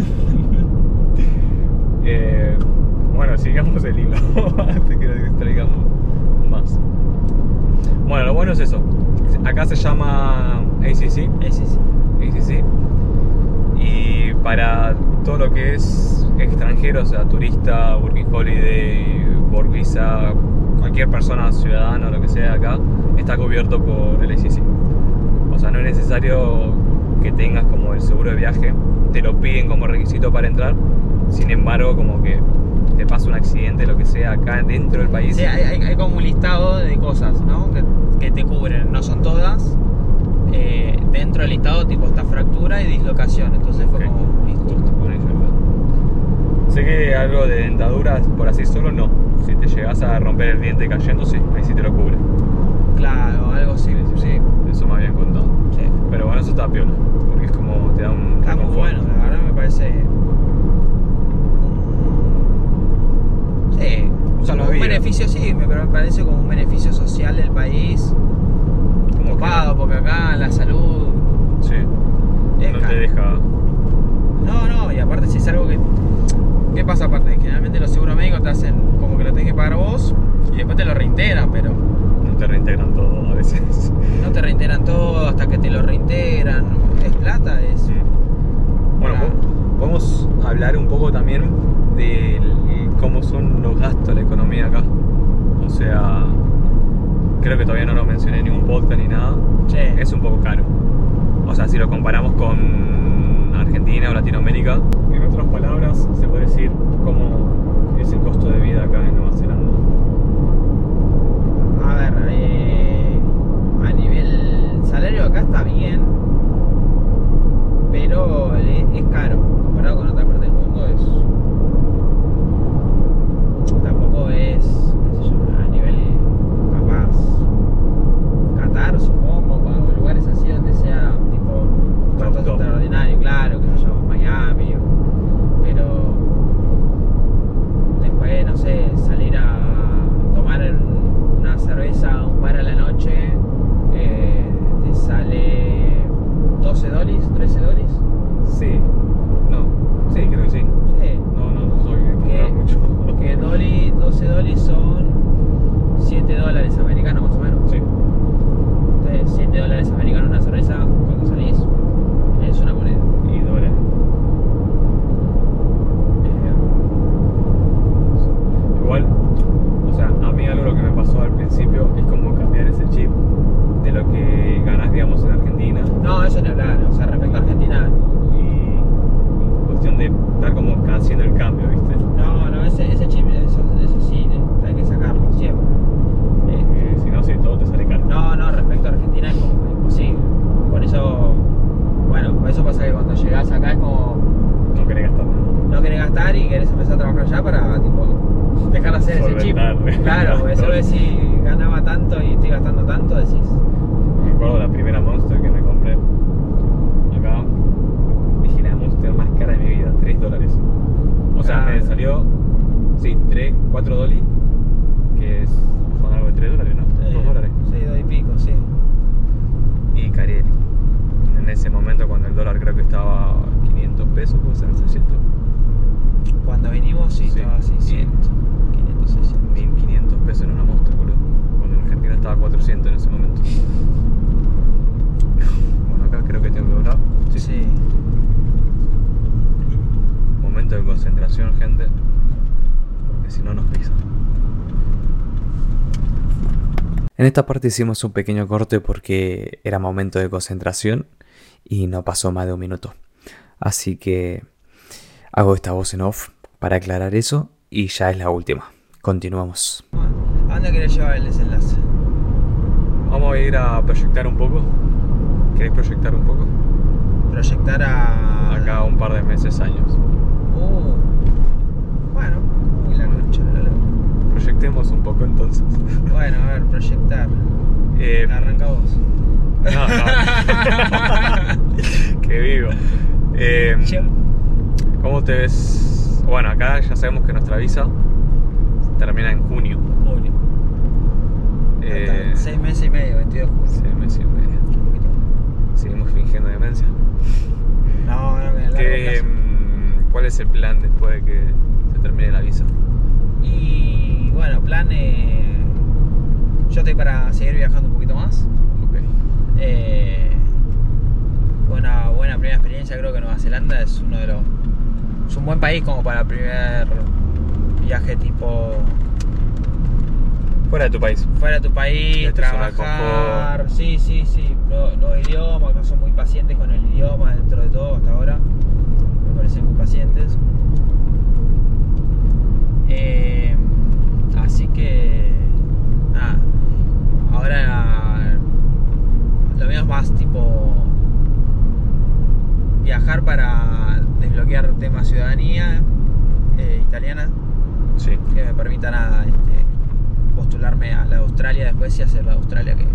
eh, bueno, sigamos el hilo antes que nos distraigamos más. Bueno, lo bueno es eso. Acá se llama A C C. Eh, sí, sí. A C C. Y para todo lo que es extranjero, o sea, turista, working holiday, work visa, cualquier persona, ciudadano, lo que sea acá, está cubierto por el A C C. O sea, no es necesario que tengas como el seguro de viaje, te lo piden como requisito para entrar. Sin embargo, como que te pasa un accidente, lo que sea, acá dentro del país. Sí, hay, hay, hay como un listado de cosas, ¿no? Que, que te cubren. No son todas. Eh, dentro del listado, tipo, está fractura y dislocación. Entonces fue Ok. como, listo. Justo por eso, ¿verdad? Sé que algo de dentaduras por así solo no. Si te llegas a romper el diente cayendo, sí, ahí sí te lo cubre. Claro, algo sí, sí. Eso me habían contado. Sí. Pero bueno, eso está piola, porque es como te da un Está muy reconfort. bueno, la verdad me parece. Sí, Usa como la un vida. beneficio, sí, me, pero me parece como un beneficio social del país. Como Copado, porque acá la salud que, sí, es no cara. te deja. No, no, y aparte si es algo que... ¿Qué pasa aparte? Generalmente los seguros médicos te hacen como que lo tenés que pagar vos y después te lo reintegran, pero No te reintegran todo a veces. no te reintegran todo hasta que te lo reintegran. Es plata, es... Bueno, Ah. po- podemos hablar un poco también de cómo son los gastos, la economía acá. O sea, creo que todavía no lo mencioné en ningún podcast ni nada. Sí. Es un poco caro. O sea, si lo comparamos con Argentina o Latinoamérica. En otras palabras, se puede decir cómo es el costo de vida acá en Nueva Zelanda. A ver, eh, a nivel salario acá está bien, pero es, es caro. Comparado con otra parte del mundo es... Tampoco es, qué sé yo, a nivel capaz Qatar, supongo, o lugares así donde sea tipo Top, costos top. extraordinarios, claro, que se llama Miami, pero después, no sé, salir a tomar una cerveza a un bar a la noche, eh, te sale doce dólares, trece dólares. Sí. No. Sí, creo que sí. Sí. No, no soy de Que, comprar mucho. que doli- doce dólares son siete dólares americanos más o menos. Sí. Entonces, siete dólares americanos una cerveza cuando salís es una moneda. Y dólares. Eh, Igual, o sea, a mí algo lo que me pasó al principio es como cambiar ese chip de lo que ganas, digamos, en Argentina. no, eso ni hablar. O sea, respecto a Argentina, Y cuestión de estar como haciendo el cambio, ¿viste? no, no, ese, ese chip, eso, eso sí, ne- hay que sacarlo siempre. Porque si no, sí, todo te sale caro. No, no, respecto a Argentina es como imposible. Por eso, bueno, por eso pasa que cuando llegás acá es como No querés gastar nada. no querés gastar y querés empezar a trabajar ya para, tipo, dejar de hacer ese chip. Solventar. Claro, porque eso ves si ganaba tanto y estoy gastando tanto, decís. Me acuerdo la primera Monster que me compré acá. Dije la Monster más cara de mi vida, tres dólares. O sea, Ah. me salió, sí, tres, cuatro dólares, que es- son algo de tres dólares, ¿no? Eh, dos dólares. Sí, dos y pico, sí. Y Cariel. En ese momento, cuando el dólar creo que estaba quinientos pesos, puede ser seiscientos. Cuando vinimos sí, Sí, estaba a seiscientos, quinientos, seiscientos. mil quinientos pesos en una Monster, boludo. Cuando en Argentina estaba a cuatrocientos en ese momento. Bueno, acá creo que tengo que doblar. Sí. Momento de concentración, gente. Porque si no nos pisan. En esta parte hicimos un pequeño corte porque era momento de concentración y no pasó más de un minuto. Así que hago esta voz en off para aclarar eso y ya es la última. Continuamos. ¿A dónde querés llevar el desenlace? Vamos a ir a proyectar un poco. ¿Querés proyectar un poco? Proyectar a... Acá un par de meses, años. Uh, bueno, uy, la concha de la lora. Proyectemos un poco entonces. Bueno, a ver, proyectar. Eh, Arranca vos. No, no. Qué vivo. Eh, Yo. ¿Cómo te ves? Bueno, acá ya sabemos que nuestra visa termina en junio. Junio. Eh, Seis meses y medio, veintidós de junio. seis meses y medio. Un poquito más. Seguimos fingiendo demencia. No, no, que en el largo ¿Qué, plazo. mm, ¿Cuál es el plan después de que se termine la visa? Y bueno, plan. Eh, yo estoy para seguir viajando un poquito más. Ok. Eh, fue una buena primera experiencia. Creo que Nueva Zelanda es uno de los. Es un buen país como para el primer viaje tipo. Fuera de tu país. Fuera de tu país, De tu zona de trabajar. Sí, sí, sí. Nuevo, nuevo idioma. Acá son muy pacientes con el idioma dentro de todo hasta ahora. Me parecen muy pacientes. Eh, así que. Nada. Ahora. Lo mío es más tipo. Viajar para desbloquear tema ciudadanía. eh, italiana Sí. que me permitan a, este, postularme a la de Australia después y hacer la de Australia, que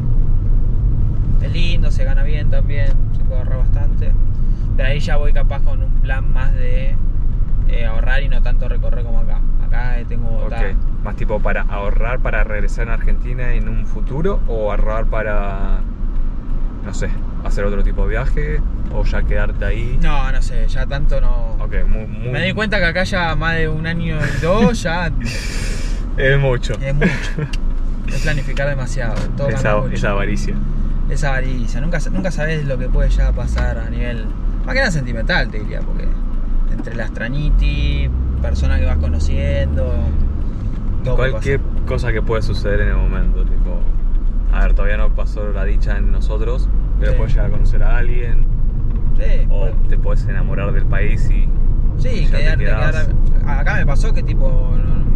es lindo, se gana bien también, se puede ahorrar bastante. Pero ahí ya voy capaz con un plan más de eh, ahorrar y no tanto recorrer como acá. Acá eh, tengo Ok. ta- Más tipo para ahorrar para regresar a Argentina en un futuro, o ahorrar para, no sé, hacer otro tipo de viaje, o ya quedarte ahí. No, no sé, ya tanto no. Ok, muy, muy... Me di cuenta que acá ya más de un año y dos ya Es mucho. es mucho. Es planificar demasiado. Todo cambia Esa, mucho. esa avaricia. Esa avaricia. Nunca, nunca sabes lo que puede ya pasar a nivel, más que nada sentimental, te diría, porque entre la extrañiti, persona que vas conociendo, todo puede Cualquier pasar. cosa que puede suceder en el momento, tipo, a ver, todavía no pasó la dicha en nosotros, pero Sí. puedes llegar a conocer a alguien, Sí, o puede- te puedes enamorar del país y sí, ya te quedarte, quedás. quedar- acá me pasó que tipo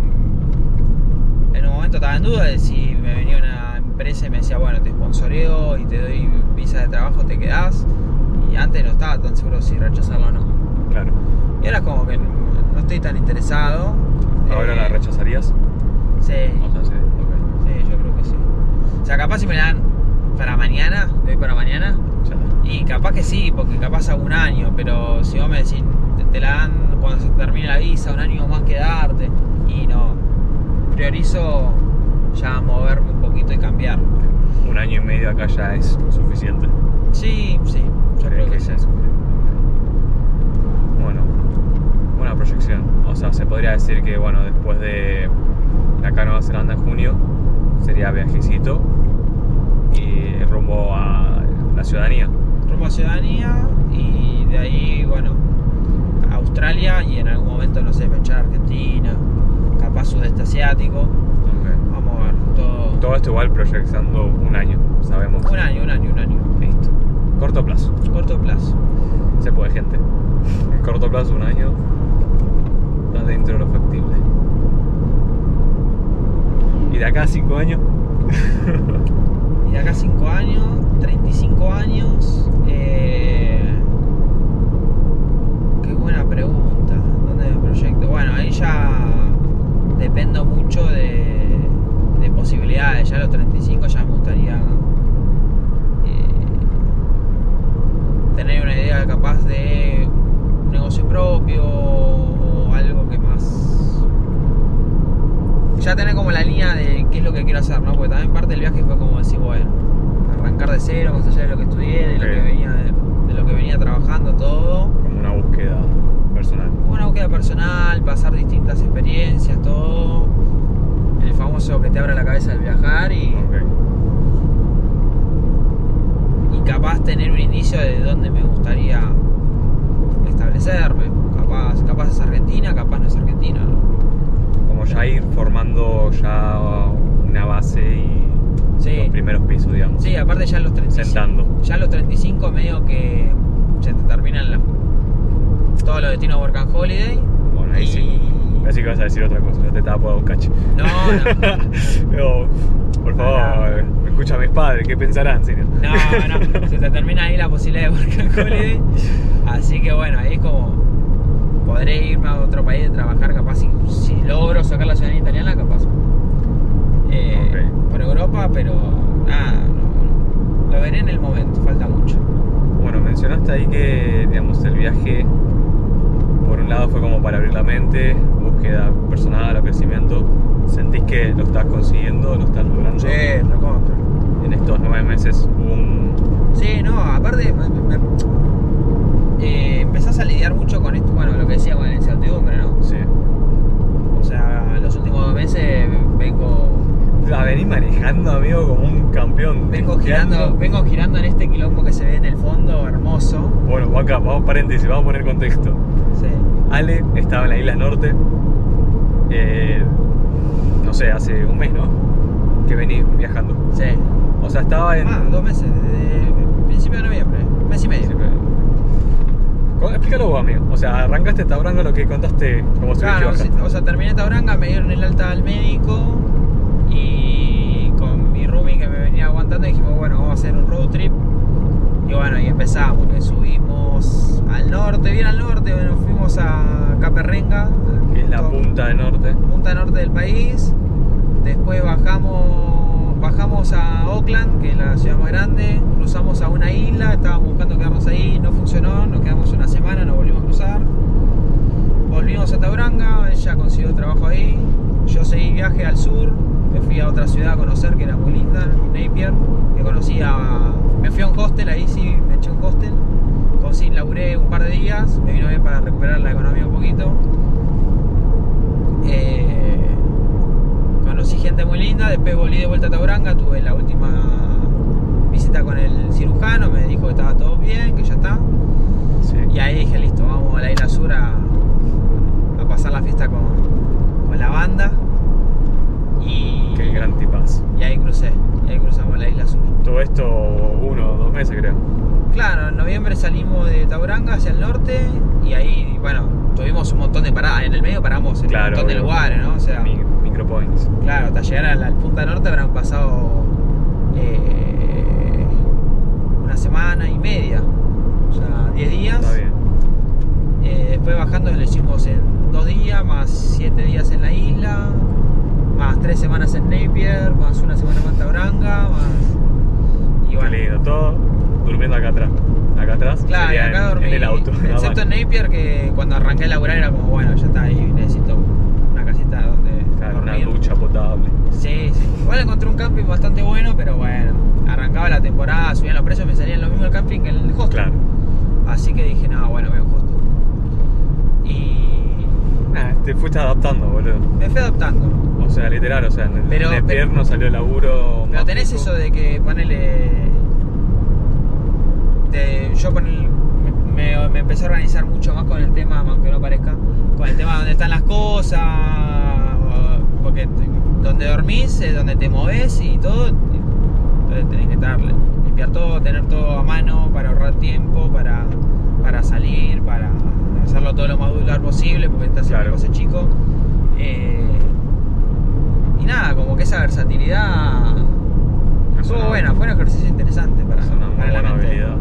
en un momento estaba en duda de si me venía una empresa y me decía, bueno, te sponsoreo y te doy visa de trabajo, te quedás, y antes no estaba tan seguro si rechazarlo o no. Claro. Y ahora es como que no estoy tan interesado. ¿Ahora Eh, la rechazarías? Sí, O sea, sí, ok. sí, yo creo que sí. O sea, capaz si me la dan para mañana, de hoy para mañana, Ya. y capaz que sí, porque capaz hago un año, pero si vos me decís, te, te la dan cuando se termine la visa, un año más quedarte, y no, priorizo ya moverme un poquito y cambiar. Un año y medio acá ya es suficiente. Sí, sí, yo creo que sí. es suficiente. Ok. Bueno, buena proyección. O sea, se podría decir que, bueno, después de acá a Nueva Zelanda en junio, sería viajecito y rumbo a la ciudadanía. Rumbo a ciudadanía y de ahí, bueno, a Australia y en algún momento, no sé, me echar a Argentina, capaz sudeste asiático. Ok. Vamos a ver, todo. Todo esto igual proyectando un año, sabemos. Un año, un año, un año. Listo. Corto plazo. Corto plazo. Se puede, gente. En corto plazo, un año, está dentro de lo factible. Y de acá a cinco años, Y de acá cinco años, treinta y cinco años. Eh... Qué buena pregunta. ¿Dónde me proyecto? Bueno, ahí ya dependo mucho de, de posibilidades. Ya a los treinta y cinco ya me gustaría eh, tener una idea capaz de un negocio propio o algo que más. Ya tener como la línea de qué es lo que quiero hacer, ¿no? Porque también parte del viaje fue como decir, bueno, arrancar de cero, más allá de lo que estudié, de lo Sí. que venía, de, de lo que venía trabajando, todo. como una búsqueda personal. Una búsqueda personal, pasar distintas experiencias, todo. El famoso que te abre la cabeza al viajar y, Ok. y capaz tener un indicio de dónde me gustaría establecerme. Capaz, capaz es Argentina, capaz no es Argentina, ¿no? Como ya ir formando ya una base y Sí. los primeros pisos, digamos. Sí, aparte ya a los treinta y cinco, Sentando. ya a los treinta y cinco medio que se te terminan la- todos los destinos Work and Holiday. Bueno, ahí y... sí. Así que vas a decir otra cosa, yo te estaba por un cacho. No, no. No, por favor, escucha a mis padres, ¿qué pensarán? Si no? No, no, se te termina ahí la posibilidad de Work and Holiday. Así que bueno, ahí es como podré irme a otro país de trabajar, capaz si, si logro sacar la ciudadanía italiana, capaz. Eh, Ok. Por Europa, pero nada, no, no. Lo veré en el momento, falta mucho. Bueno, mencionaste ahí que, digamos, el viaje, por un lado fue como para abrir la mente, búsqueda personal, crecimiento. ¿Sentís que lo estás consiguiendo, lo estás logrando? recontra. En estos nueve meses hubo un... Sí, no, aparte me, me- eh, empezás a lidiar mucho con esto, bueno, lo que decía con la incertidumbre, ¿no? Sí. O sea, los últimos dos meses vengo La vení manejando, amigo, como un campeón. vengo girando, vengo girando en este quilombo que se ve en el fondo, hermoso. Bueno, acá, vamos paréntesis, vamos a poner contexto. Sí. Ale estaba en la isla norte, eh, no sé, hace un mes, ¿no? Que venís viajando. Sí. O sea, estaba en... Ah, dos meses, desde principio de noviembre, mes y medio. Sí, pero- ¿Cómo? Explícalo vos, amigo. O sea, arrancaste esta branga lo que contaste como se Claro, sí, o sea, terminé Tauranga, me dieron el alta al médico y con mi roomie que me venía aguantando dijimos, bueno, vamos a hacer un road trip. Y bueno, y empezamos, que subimos al norte, bien al norte, nos fuimos a Caperrenga, Que es la todo- punta del norte. Punta norte del país. Después bajamos, bajamos a Auckland, que es la ciudad más grande. Cruzamos a una isla, estábamos buscando quedarnos ahí, no funcionó. Nos quedamos una semana, nos volvimos a cruzar. Volvimos a Tauranga, ella consiguió trabajo ahí. Yo seguí viaje al sur, me fui a otra ciudad a conocer que era muy linda, Napier, que conocí a... Me fui a un hostel, ahí sí me eché un hostel. Conseguí, laburé un par de días, me vino bien para recuperar la economía un poquito. Eh, conocí gente muy linda, después volví de vuelta a Tauranga, tuve la última visita con el cirujano, me dijo que estaba todo bien, que ya está. Sí. Y ahí dije, listo, vamos a la Isla Sur a, a pasar la fiesta con, con la banda. Y, Qué gran tipazo. y ahí crucé, y ahí cruzamos la Isla Sur. Todo esto uno o dos meses creo. Claro, en noviembre salimos de Tauranga hacia el norte y ahí, bueno, tuvimos un montón de paradas. En el medio paramos en Claro, un montón de obvio. lugares, ¿no? O sea, Mi- micropoints. claro, hasta llegar a la, al Punta Norte habrán pasado eh, una semana y media, o sea, diez días. Está bien. Eh, después bajando lo hicimos en dos días, más siete días en la isla, más tres semanas en Napier, más una semana más en Tauranga, más... Y Qué bueno, lindo. Todo durmiendo acá atrás. Acá atrás. claro, y sería acá en, dormí, en el auto. nada excepto más. en Napier, que cuando arranqué a laburar era como, bueno, ya está ahí, necesito una casita donde Claro, una dormir. ducha potable. Sí, sí. Igual encontré un camping bastante bueno, pero bueno, arrancaba la temporada, subían los precios, me salían lo mismo el camping que el hostel. Claro. Así que dije, no, bueno, voy a un hostel. Y Nah, te fuiste adaptando, boludo. me fui adaptando. O sea, literal, o sea, en el Pero- de pero- no salió el laburo. Pero más tenés fijo. eso de que ponele. De, yo ponele, me, me, me empecé a organizar mucho más con el tema, aunque no parezca, con el tema de dónde están las cosas, porque t- donde dormís es donde te moves y todo, entonces tenés que estar, limpiar todo, tener todo a mano para ahorrar tiempo, para, para salir, para hacerlo todo lo más modular posible, porque estás en Claro. un negocio chico. Eh, y nada, como que esa versatilidad Es estuvo una- buena, fue un ejercicio interesante para, Es una muy para la buena mente. habilidad.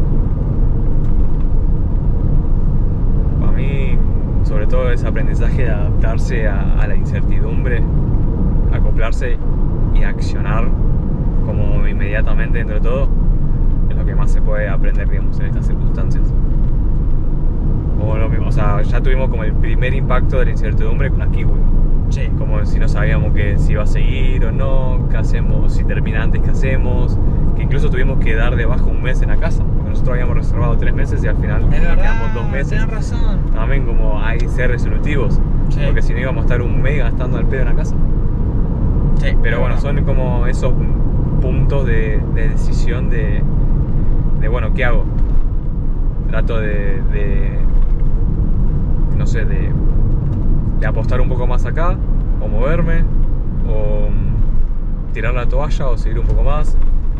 Para mí, sobre todo, ese aprendizaje de adaptarse a, a la incertidumbre, acoplarse y accionar como inmediatamente dentro de todo, es lo que más se puede aprender, digamos, en estas circunstancias. O, lo mismo, o sea, ya tuvimos como el primer impacto de la incertidumbre con la Kiwi. Sí. Como si no sabíamos que si iba a seguir o no, qué hacemos, si termina antes, qué hacemos, que incluso tuvimos que dar de baja un mes en la casa, porque nosotros habíamos reservado tres meses y al final Es nos verdad, quedamos dos meses. tenés razón. También como hay que ser resolutivos, Sí. porque si no íbamos a estar un mes gastando al pedo en la casa. Sí, Pero bueno, son como esos puntos de, de decisión de, de, bueno, ¿qué hago? Trato de, de no sé, de, de apostar un poco más acá, o moverme, o mm, tirar la toalla, o seguir un poco más.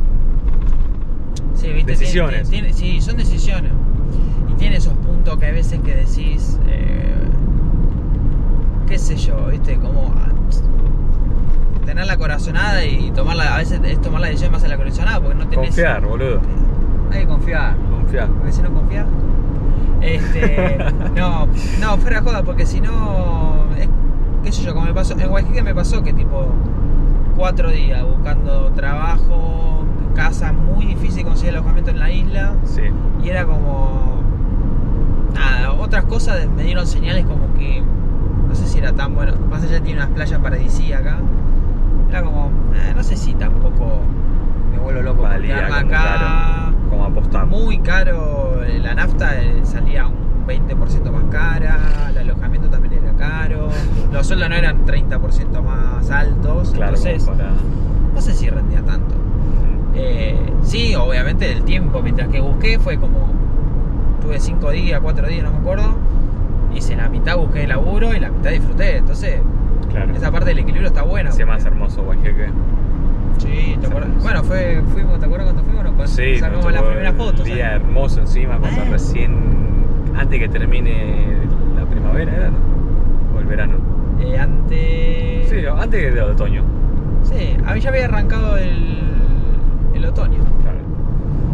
Sí, ¿viste? Decisiones. Tiene- tiene- sí, son decisiones. Y tiene esos puntos que hay veces que decís, eh, qué sé yo, ¿viste? Como ah, tener la corazonada y tomarla, a veces es tomar la decisión más a la corazonada porque no tenés... Confiar, boludo. Hay que confiar. Confiar. Porque si no confías. Este. no, no, fuera de joda, porque si no. Es, qué sé yo, como me pasó. En Waikiki me pasó que tipo. Cuatro días buscando trabajo, casa, muy difícil conseguir alojamiento en la isla. Sí. Y era como. Nada, otras cosas me dieron señales como que. No sé si era tan bueno. Más allá tiene unas playas paradisíacas. Era como. eh, no sé si tampoco me vuelvo loco por Valía quedarme como acá. caro, como apostar. Muy caro, eh, la nafta eh, salía un veinte por ciento más cara, el alojamiento también era caro, los sueldos no eran treinta por ciento más altos, Claro, entonces como para... no sé si rendía tanto. Eh, sí, obviamente el tiempo, mientras que busqué fue como, tuve cinco días, cuatro días, no me acuerdo, hice la mitad, busqué el laburo y la mitad disfruté, entonces Claro. esa parte del equilibrio está buena. Hacía más hermoso Waikiki. Sí, ¿te Se acuerdas? puso. Bueno, fue, fuimos, ¿te acuerdas cuando fuimos? Nos Sí, sacamos nos la tocó primera foto. el día ¿sabes? hermoso encima, cuando Ah. recién, antes que termine la primavera, ¿era, no? O el verano. Eh, antes... Sí, antes del otoño. Sí, a mí ya había arrancado el, el otoño. Claro.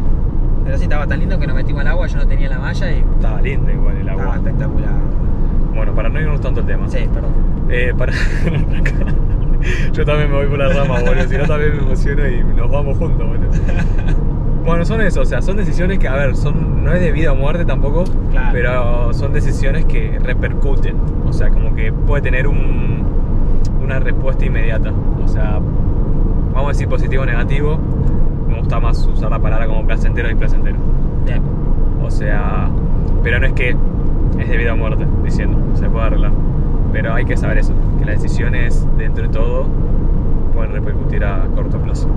Pero sí, estaba tan lindo que nos metimos al agua, yo no tenía la malla y Estaba lindo igual el estaba agua. espectacular. Bueno, para no irnos tanto al tema. Sí, perdón. Eh, para... Yo también me voy por la rama, boludo. Si no, también me emociono y nos vamos juntos, boludo. Bueno, son eso, o sea, son decisiones que, a ver, son no es de vida o muerte tampoco, Claro. pero son decisiones que repercuten. O sea, como que puede tener un, una respuesta inmediata. O sea, vamos a decir positivo o negativo. Me gusta más usar la palabra como placentero y placentero. Bien. O sea, pero no es que es de vida o muerte, diciendo, se puede arreglar. Pero hay que saber eso, que las decisiones dentro de todo pueden repercutir a corto plazo.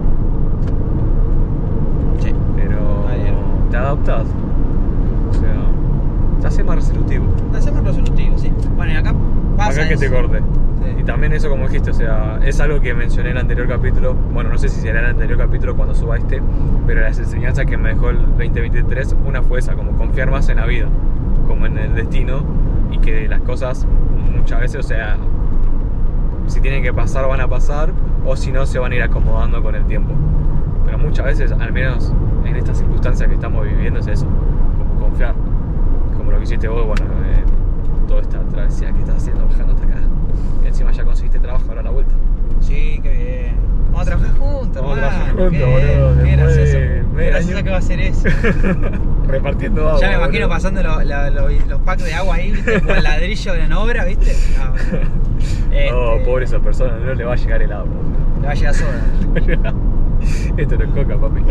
Sí. Pero Ayer. te adaptas. O sea, te hace más resolutivo. Hacemos resolutivo, sí. Bueno, y acá pasa Acá que te eso. corte. Sí. Y también eso, como dijiste, o sea, es algo que mencioné en el anterior capítulo. Bueno, no sé si será en el anterior capítulo cuando suba este, pero las enseñanzas que me dejó el veinte veintitrés, una fue esa, como confiar más en la vida, como en el destino, y que las cosas muchas veces, o sea, si tienen que pasar van a pasar, o si no se van a ir acomodando con el tiempo. Pero muchas veces, al menos en estas circunstancias que estamos viviendo, es eso, como confiar, como lo que hiciste vos, bueno, eh, toda esta travesía que estás haciendo, bajando hasta acá, y encima ya conseguiste trabajo, ahora a la vuelta. Sí, qué bien. Vamos a trabajar juntos, Vamos a hermano. trabajar juntos, Qué- boludo, Qué después gracioso. de Qué medio gracioso año. que va a ser eso. Repartiendo agua. Ya me imagino boludo. pasando lo- la- lo- los packs de agua ahí, ¿viste? Por el ladrillo en obra, ¿viste? No, no. Este, Oh, pobre esa persona, no le va a llegar el agua. Le va a llegar soda. Esto no es coca, papi.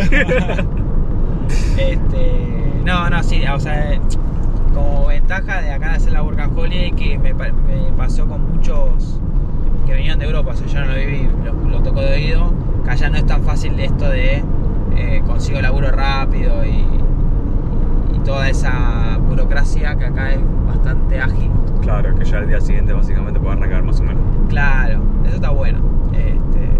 Este, no, no, sí, o sea, eh, como ventaja de acá de hacer la Work and Holiday, que me, pa- me pasó con muchos que venían de Europa, o sea, yo no lo viví, lo, lo toco de oído, que allá no es tan fácil esto de eh, consigo laburo rápido y, y toda esa burocracia que acá es bastante ágil. Claro, que ya el día siguiente básicamente puede arrancar más o menos. Claro, eso está bueno. Este,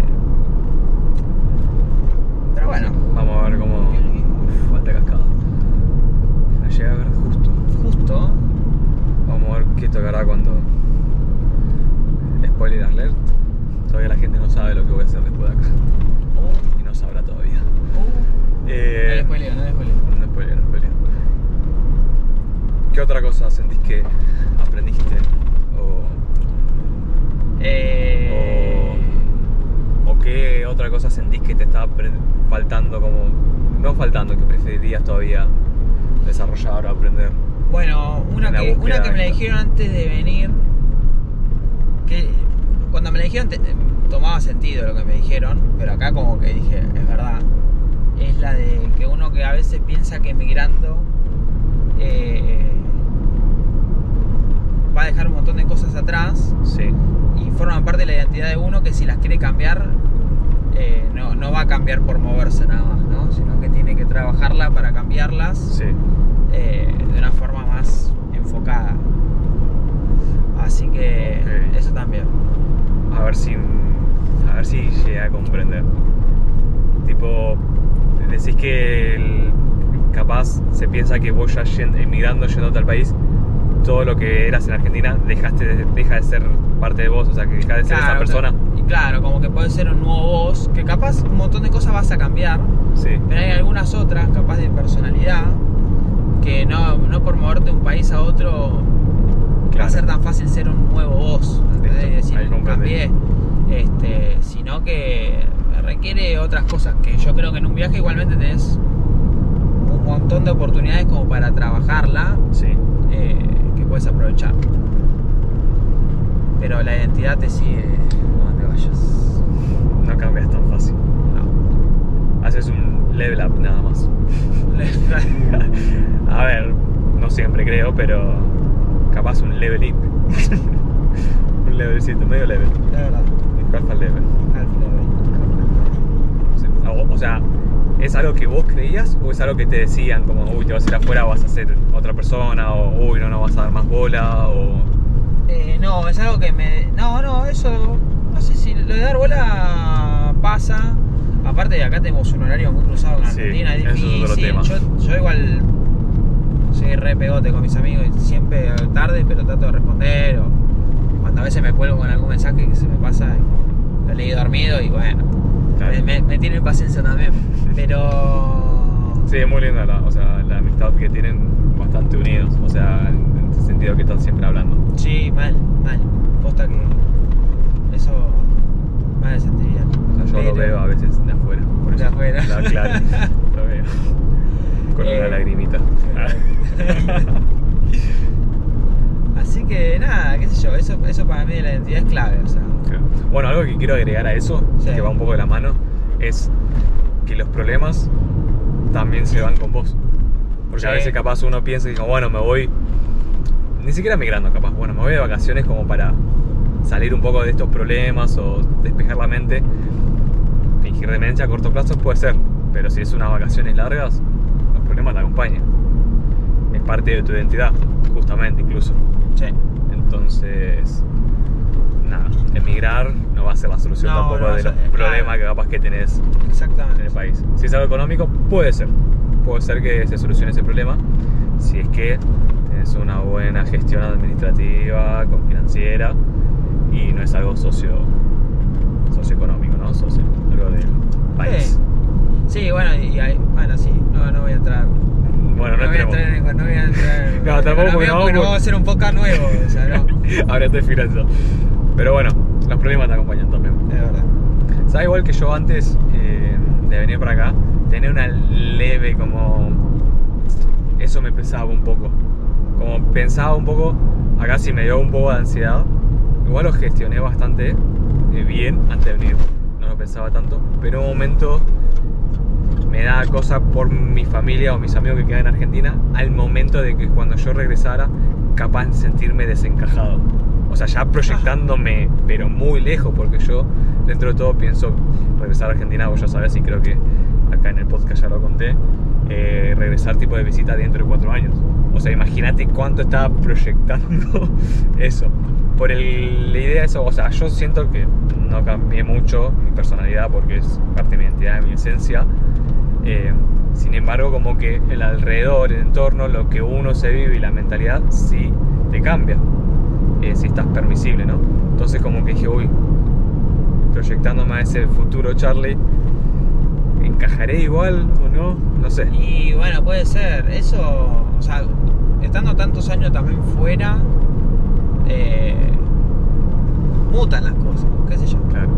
pero bueno, Vamos a ver cómo. Uf, falta cascada. La llegué a ver justo. justo. Vamos a ver qué tocará cuando. Spoiler alert. Todavía la gente no sabe lo que voy a hacer después de acá. Uh, Y no sabrá todavía. uh. Eh, No le spoileo, no le spoileo. No spoiler, no spoiler. ¿Qué otra cosa sentís que aprendiste? O. Eh, O, o qué otra cosa sentís que te está apre- faltando, como no faltando, que preferirías todavía desarrollar o aprender? Bueno, una La que, búsqueda una que me la esta. dijeron antes de venir, que cuando me la dijeron te- tomaba sentido lo que me dijeron, pero acá como que dije, es verdad, es la de que uno que a veces piensa que emigrando eh, va a dejar un montón de cosas atrás Sí, y forman parte de la identidad de uno, que si las quiere cambiar eh, no, no va a cambiar por moverse nada más, ¿no? Sino que tiene que trabajarla para cambiarlas. sí. Eh, de una forma más enfocada. Así que Ok. eso también. A ver si. A ver si llegué a comprender. Tipo, decís que el- capaz se piensa que vos ya yen- emigrando, yéndote al país, todo lo que eras en Argentina dejaste de, deja de ser parte de vos, o sea, que dejas de ser esa persona. Y claro, como que puede ser un nuevo vos, que capaz un montón de cosas vas a cambiar, Sí, pero hay algunas otras, capaz de personalidad, que no, no por moverte de un país a otro va a Claro. ser tan fácil ser un nuevo vos, ¿entendés? Listo, Y decir, ahí comprendí. cambié, este, sino que requiere otras cosas, que yo creo que en un viaje igualmente tenés un montón de oportunidades como para trabajarla, sí. eh, que puedes aprovechar. Pero la identidad te sigue donde vayas. No cambias tan fácil. No. Haces un level up nada más. A ver, no siempre creo, pero capaz un level up. Un levelcito, medio level. La verdad. Un half a level. Half level. Sí. O, o sea, ¿es algo que vos creías o es algo que te decían como, uy, te vas a ir afuera, vas a ser otra persona, o uy, no, no vas a dar más bola, o... Eh, no, es algo que me... No, no, eso... No sé si lo de dar bola pasa. Aparte de acá tenemos un horario muy cruzado con Sí, Argentina, es eso es difícil. otro tema. Yo, yo igual soy re pegote con mis amigos y siempre tarde, pero trato de responder. O cuando a veces me cuelgo con algún mensaje que se me pasa, y lo leí dormido y bueno, Claro. me, me, me tienen paciencia también. Pero... Sí, es muy linda la, o sea, la amistad que tienen, bastante unidos, o sea, en, en ese sentido que están siempre hablando. Sí, mal, mal. Posta que eso mal de sentiría. O sea, yo Pero- lo veo a veces de afuera. Por De eso, afuera. la- claro, lo veo. Con Eh, una lagrimita. Así que nada, qué sé yo, eso, eso para mí de la identidad es clave, o sea. Bueno, algo que quiero agregar a eso, Sí. que va un poco de la mano, es que los problemas también se van con vos. Porque a Sí. veces capaz uno piensa y dice, bueno, me voy, ni siquiera migrando capaz, bueno, me voy de vacaciones como para salir un poco de estos problemas o despejar la mente. Fingir demencia a corto plazo puede ser, pero si es unas vacaciones largas, los problemas te acompañan. Es parte de tu identidad, justamente incluso. Sí. Entonces, nada, emigrar no va a ser la solución No, tampoco no, de eso- los eh, problemas claro. que capaz que tenés en Exactamente. el país. Si es algo económico, puede ser. Puede ser que se solucione ese problema si es que tenés una buena gestión administrativa, con financiera y no es algo socio socioeconómico, ¿no? Socio, algo del país. Sí, sí, bueno, y ahí, bueno, sí, no, no voy a entrar. Bueno, no, no, voy a entremos. entrar en, no voy a entrar. No, tampoco, porque no, porque no porque- vamos a hacer un podcast nuevo, o sea, no. Ahora estoy finanzado. Pero bueno, los problemas te acompañan también. Es verdad. ¿Sabes? Igual que yo antes eh, de venir para acá, tenía una leve como... Eso me pesaba un poco. Como pensaba un poco, acá sí me dio un poco de ansiedad. Igual lo gestioné bastante eh, bien antes de venir. No lo pensaba tanto. Pero en un momento me da cosa por mi familia o mis amigos que quedan en Argentina al momento de que cuando yo regresara, capaz de sentirme desencajado. O sea, ya proyectándome, pero muy lejos, porque yo dentro de todo pienso regresar a Argentina, vos ya sabés, y creo que acá en el podcast ya lo conté, eh, regresar tipo de visita dentro de cuatro años. O sea, imagínate cuánto estaba proyectando eso. Por el- la idea de eso, o sea, yo siento que no cambié mucho mi personalidad porque es parte de mi identidad, de mi esencia. Eh, sin embargo, como que el alrededor, el entorno, lo que uno se vive y la mentalidad sí te cambia. Eh, si estás permisible, ¿no? Entonces como que dije, uy, proyectándome a ese futuro Charlie, ¿encajaré igual o no? No sé. Y bueno, puede ser. Eso, o sea, estando tantos años también fuera, eh, mutan las cosas, qué sé yo. Claro.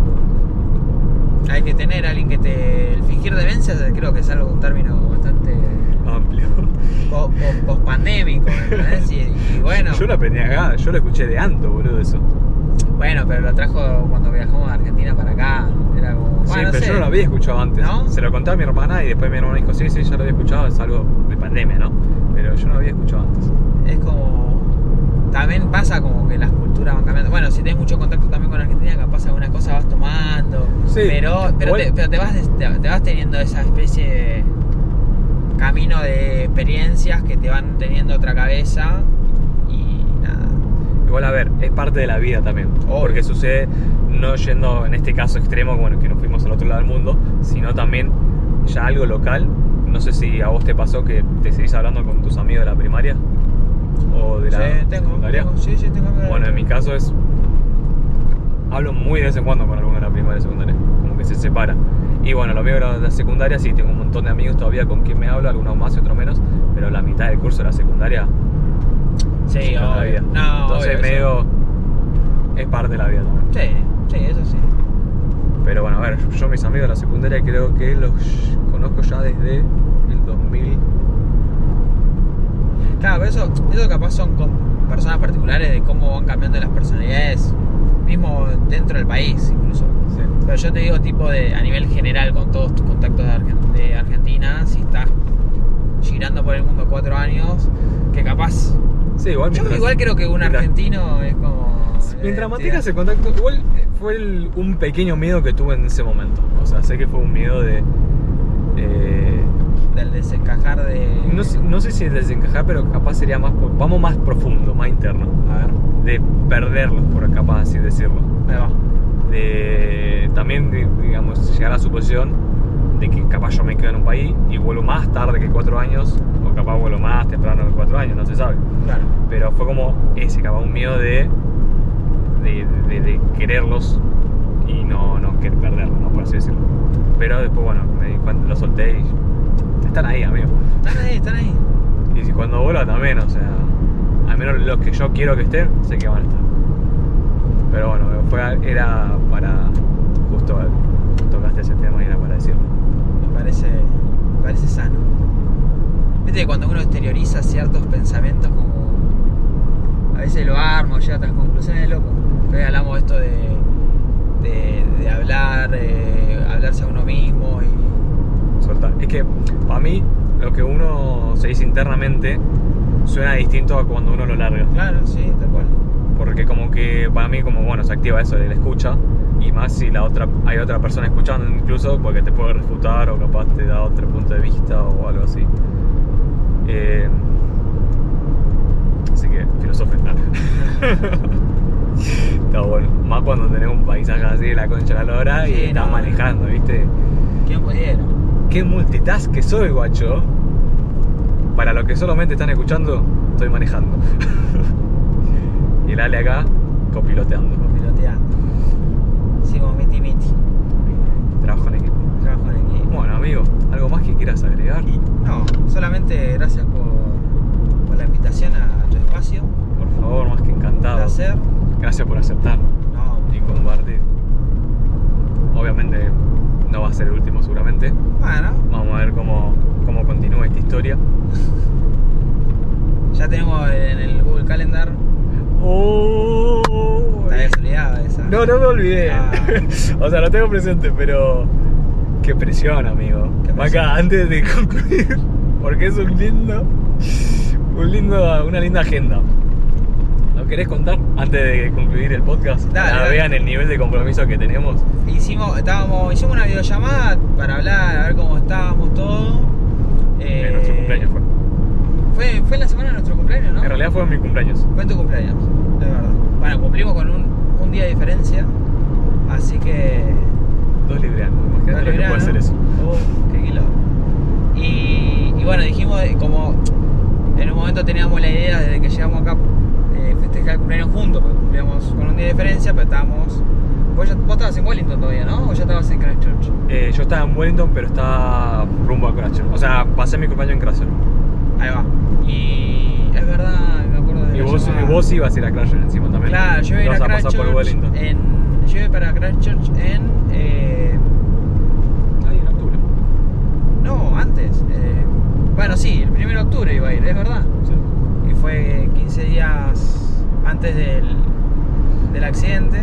Hay que tener a alguien que te... El fingir demencia creo que es algo, un término bastante Amplio. po- po- post-pandémico, ¿entendés? Y, y bueno, Yo lo aprendí acá, yo lo escuché de Anto, boludo, eso. bueno, pero lo trajo cuando viajamos de Argentina para acá. Era como... Sí, bueno, pero sé. yo no lo había escuchado antes. ¿No? Se lo conté a mi hermana y después mi hermana dijo, sí, sí, ya lo había escuchado, es algo de pandemia, ¿no? Pero yo no lo había escuchado antes. Es como... También pasa como que las culturas van cambiando. Bueno, si tenés mucho contacto también con Argentina, capaz alguna cosa vas tomando. Sí, Pero, pero, igual- te, pero te, vas, te, te vas teniendo esa especie de camino de experiencias que te van teniendo otra cabeza. Y nada. Igual, a ver, es parte de la vida también. Obvio. Porque sucede, no yendo en este caso extremo, bueno, que nos fuimos al otro lado del mundo, sino también ya algo local. No sé si a vos te pasó que te seguís hablando con tus amigos de la primaria o de la Sí, tengo, secundaria. tengo, sí, sí, tengo amigos de la Bueno, en mi primaria. caso es... Hablo muy de vez en cuando con alguno de la primaria y secundaria, como que se separa. Y bueno, los amigos de la secundaria sí, tengo un montón de amigos todavía con quien me hablo, algunos más y otros menos, pero la mitad del curso de la secundaria Sí, es la obvio. vida. No, Entonces obvio, medio es parte de la vida también. Sí, sí, eso sí. Pero bueno, a ver, yo mis amigos de la secundaria creo que los conozco ya desde el dos mil. Claro, pero eso, eso capaz son con personas particulares de cómo van cambiando las personalidades, mismo dentro del país incluso. Sí. Pero yo te digo tipo de a nivel general con todos tus contactos de, Argen- de Argentina, si estás girando por el mundo cuatro años, que capaz... Sí, igual Yo mientras- igual creo que un mientras- argentino es como... Mientras eh, mantengas el contacto, igual fue el- un pequeño miedo que tuve en ese momento. O sea, sé que fue un miedo de... eh, del desencajar de... no, sé- no sé si es desencajar, pero capaz sería más... por- vamos más profundo, más interno. A ver, De perderlos, por capaz así decirlo. ahí va. De también, de, digamos, llegar a la suposición de que capaz yo me quedo en un país y vuelvo más tarde que cuatro años, o capaz vuelvo más temprano que cuatro años, no se sabe. Claro. Pero fue como ese, capaz un miedo de, de, de- de quererlos y no, no querer perderlos, ¿no? Por así decirlo. Pero después, bueno, me di cuenta, lo solté y están ahí, amigo. Están ahí, están ahí. Y si cuando vuelva también, o sea, a menos los que yo quiero que estén, sé que van a estar. Pero bueno, fue, era para... Justo tocaste ese tema y era para decirlo. Me parece, me parece sano. Viste que cuando uno exterioriza ciertos pensamientos, como a veces lo arma o llega a otras conclusiones, loco. Hoy hablamos esto de, de, de hablar, eh, hablarse a uno mismo y... Soltar. Es que para mí lo que uno se dice internamente suena distinto a cuando uno lo larga. Claro, sí, tal cual. Porque como que para mí como bueno se activa eso de la escucha, y más si la otra hay otra persona escuchando, incluso porque te puede refutar o capaz te da otro punto de vista o algo así. Eh, así que filosofar. Está bueno, más cuando tenés un paisaje así de la concha de la lora y Sí, estás no. manejando, ¿viste? ¿Quién pudiera? Qué multitask que soy, guacho. Para los que solamente están escuchando, estoy manejando. Y el Ale acá, copiloteando. Piloteando. Sigo miti miti. Trabajo en equipo. Trabajo en equipo. Bueno, amigo, ¿algo más que quieras agregar? No, solamente gracias por, por la invitación a tu espacio. Por favor, más que Un encantado. placer. Gracias por aceptar No, y compartir. Obviamente no va a ser el último seguramente. bueno, Vamos a ver cómo, cómo continúa esta historia. ya tenemos en el Google Calendar. Oh, Te habías olvidado de esa. no, no me olvidé. Ah. O sea, lo tengo presente, pero qué presión, amigo. Qué presión. Acá, antes de concluir, porque es un lindo, un lindo, una linda agenda. ¿Lo querés contar antes de concluir el podcast? Dale, Para dale. vean el nivel de compromiso que tenemos. Hicimos, estábamos, hicimos una videollamada para hablar, a ver cómo estábamos todo. Eh, En nuestro cumpleaños fue. fue. Fue la semana de nuestro cumpleaños, ¿no? En realidad fue en mi cumpleaños. Fue en tu cumpleaños, de verdad. Bueno, cumplimos con un, un día de diferencia, así que... Dos librianos, imagínate lo que Libriano. puede ser eso. Oh, qué kilo. Y, y bueno, dijimos, de- como en un momento teníamos la idea desde que llegamos acá, eh, festejar el cumpleaños juntos, porque cumplíamos con un día de diferencia, pero estábamos... Vos, ya, vos estabas en Wellington todavía, ¿no? ¿O ya estabas en Christchurch? Eh, yo estaba en Wellington, pero estaba rumbo a Christchurch. O sea, pasé mi cumpleaños en Christchurch. Ahí va. Y es verdad, me acuerdo de Y la vos, llamada. vos ibas a ir a Christchurch encima también. Claro, yo iba a ir Ibas a pasar por Christchurch Wellington. en... Yo iba para Christchurch en... Eh, Ahí en octubre. no, antes. Eh, bueno, sí, el primero de octubre iba a ir, es verdad. Sí. Y fue quince días antes del, del accidente.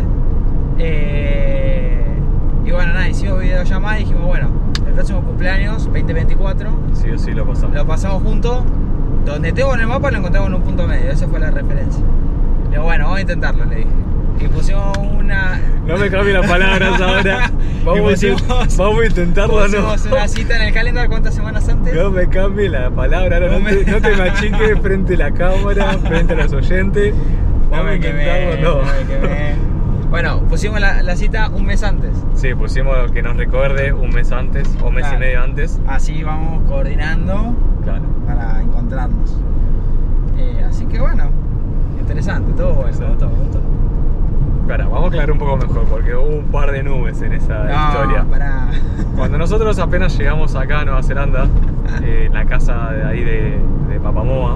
Eh, y bueno, nada, hicimos videollamada y dijimos, bueno, el próximo cumpleaños, veinte veinticuatro, Sí o sí lo pasamos. lo pasamos juntos. Donde tengo en el mapa lo encontramos en un punto medio, esa fue la referencia. Le digo, bueno, vamos a intentarlo, le dije. Y pusimos una... No me cambie las palabras ahora. Vamos, a, pusimos- intent- vamos a intentarlo, no. Pusimos una cita en el calendar, ¿cuántas semanas antes? No me cambie la palabra, no, No no me- te, no te machiques frente a la cámara, frente a los oyentes. Vamos a me quemé, intentarlo, no. no me quemé. Bueno, pusimos la, la cita un mes antes. Sí, pusimos que nos recuerde un mes antes o mes Claro. y medio antes. Así vamos coordinando Claro. para encontrarnos. Eh, así que bueno, interesante, todo bueno, Sí. me gustó, me gustó. Espera, vamos a aclarar un poco mejor porque hubo un par de nubes en esa historia. Para... Cuando nosotros apenas llegamos acá a Nueva Zelanda, eh, en la casa de ahí de, de Papamoa,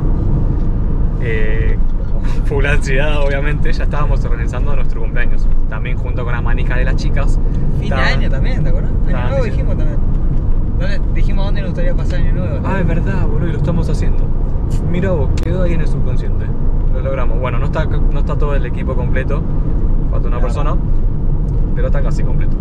eh, full ansiedad obviamente, ya estábamos organizando nuestro cumpleaños. También junto con la manija de las chicas. Fin de Estaban- año también, ¿te acuerdas? Año estaban nuevo diciendo- dijimos también. ¿Dónde- dijimos dónde nos gustaría pasar año nuevo. ¿no? Ah, es verdad, boludo, y lo estamos haciendo. Mira vos, quedó ahí en el subconsciente. Lo logramos. Bueno, no está, no está todo el equipo completo, falta una Claro. persona, pero está casi completo.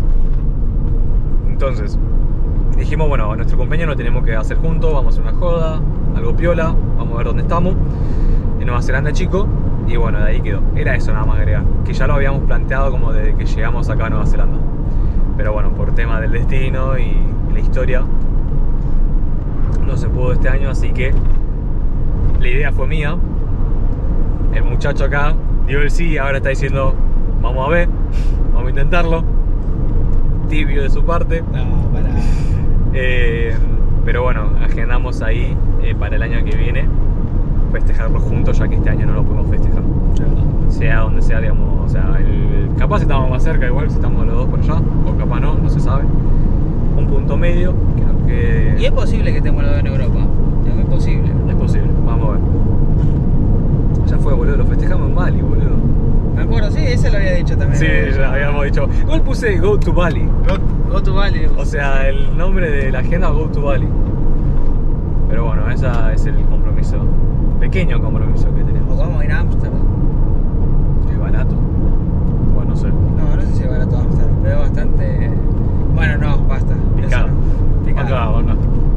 Entonces, dijimos, bueno, nuestro cumpleaños lo tenemos que hacer juntos, vamos a hacer una joda, algo piola, vamos a ver dónde estamos. En Nueva Zelanda, chico, y bueno, de ahí quedó. Era eso nada más agregar, que ya lo habíamos planteado como desde que llegamos acá a Nueva Zelanda. Pero bueno, por tema del destino y la historia, no se pudo este año, así que la idea fue mía. El muchacho acá dio el sí y ahora está diciendo, vamos a ver, vamos a intentarlo. Tibio de su parte. No, para. Eh, pero bueno, agendamos ahí eh, para el año que viene festejarlo juntos, ya que este año no lo podemos festejar. Sea donde sea, digamos, o sea, el, capaz estamos más cerca igual si estamos los dos por allá, o capaz no, no se sabe. Un punto medio, creo que Y es posible que estemos los dos en Europa. Es muy posible. es posible, vamos a ver. habíamos dicho. Igual puse Go to Bali. Go, go to Bali. O sea, el nombre de la agenda Go to Bali. Pero bueno, ese es el compromiso. Pequeño compromiso que O tenemos. vamos a ir a Ámsterdam. Es barato. Bueno, no sé. No, no sé si es barato Ámsterdam, pero es bastante. Bueno, no, basta. Picado. Eso no. Picado. Acá, acá.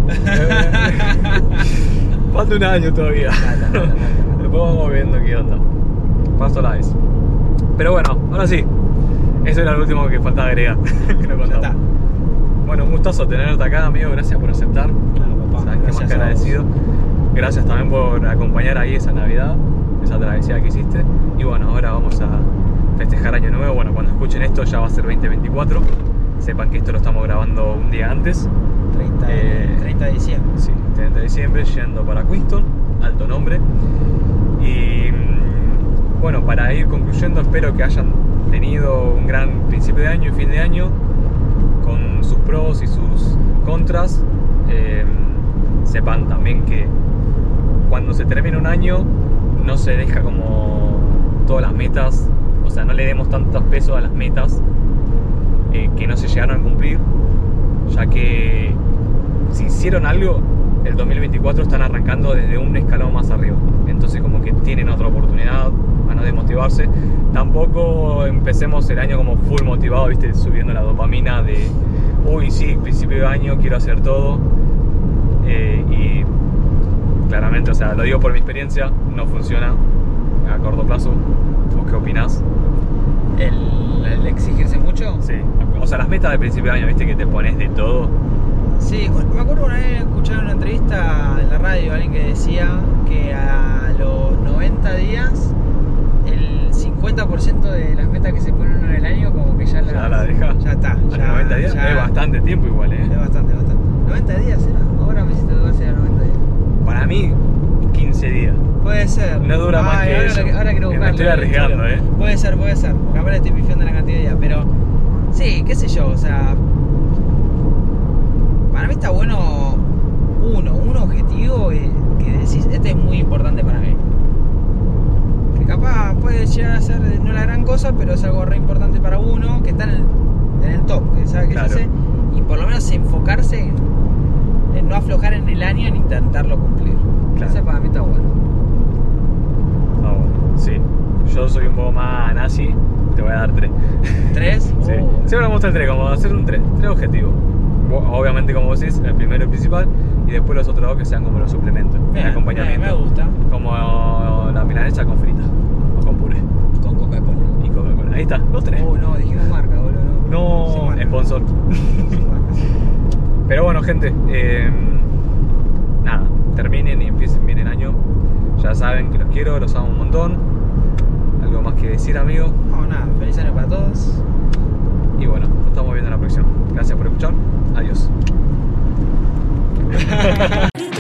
Falta un año todavía. Falta, falta, falta, falta. Después vamos viendo qué onda. Paso la vez. Pero bueno, ahora sí. Eso era lo último que faltaba agregar. Que no Ya contamos. está. Bueno, un gustazo tenerte acá, amigo. Gracias por aceptar. No, papá, Sabes que más gracias que a vos. agradecido. Gracias también por acompañar ahí esa Navidad, esa travesía que hiciste. Y bueno, ahora vamos a festejar Año Nuevo. Bueno, cuando escuchen esto ya va a ser veinte veinticuatro. Sepan que esto lo estamos grabando un día antes. treinta, Eh, treinta de diciembre. Sí, treinta de diciembre, yendo para Queenstown, alto nombre. Y mm, bueno, para ir concluyendo, espero que hayan tenido un gran principio de año y fin de año, con sus pros y sus contras. Eh, sepan también que cuando se termina un año, no se deja como todas las metas, o sea, no le demos tantos pesos a las metas eh, que no se llegaron a cumplir, ya que si hicieron algo, el dos mil veinticuatro están arrancando desde un escalón más arriba. Entonces como que tienen otra oportunidad a no desmotivarse. Tampoco empecemos el año como full motivado, viste, subiendo la dopamina de uy sí, principio de año quiero hacer todo. Eh, y claramente, o sea, lo digo por mi experiencia, no funciona a corto plazo. ¿Vos qué opinás? ¿El, el exigirse mucho? Sí, o sea, las metas de principio de año, viste que te pones de todo. Sí, me acuerdo una vez escuchar una entrevista en la radio, alguien que decía que a los noventa días el cincuenta por ciento de las metas que se ponen en el año como que ya, ¿Ya las- la deja? ya está. A los ya- noventa días ya- es bastante tiempo igual, ¿eh? Es bastante, bastante. noventa días era. Ahora me hiciste dudar si era noventa días. Para mí, quince días. Puede ser. No dura más que ahora eso. lo- ahora quiero Me buscarlo, estoy arriesgando, chulo. ¿eh? Puede ser, puede ser. Porque ahora estoy pifiando la cantidad de días. Pero sí, qué sé yo, o sea. Para mí está bueno uno, un objetivo eh, que decís, este es muy importante para mí. Que capaz puede llegar a ser no la gran cosa, pero es algo re importante para uno, que está en el, en el top, que sabe que Claro. se hace, y por lo menos enfocarse en, en no aflojar en el año en intentarlo cumplir. Claro. Ese para mí está bueno. Ah, bueno, sí. Yo soy un poco más nazi, te voy a dar tres. ¿Tres? Sí. Oh. Siempre me gusta el tres, como hacer un tres. Tres objetivos. Obviamente, como decís, el primero y principal, y después los otros dos que sean como los suplementos, Bien, el acompañamiento. bien, me gusta. Como la milanesa con frita o con puré Con Coca-Cola. y Coca-Cola. Ahí está, los tres. Oh, no, dijimos marca, boludo. No, Sin No, marca. sponsor. Sin marca, sí. Pero bueno, gente, eh, nada, terminen y empiecen bien el año. Ya saben que los quiero, los amo un montón. ¿Algo más que decir, amigo? No, nada, feliz año para todos. Y bueno, nos estamos viendo en la próxima. Gracias por escuchar. Adiós.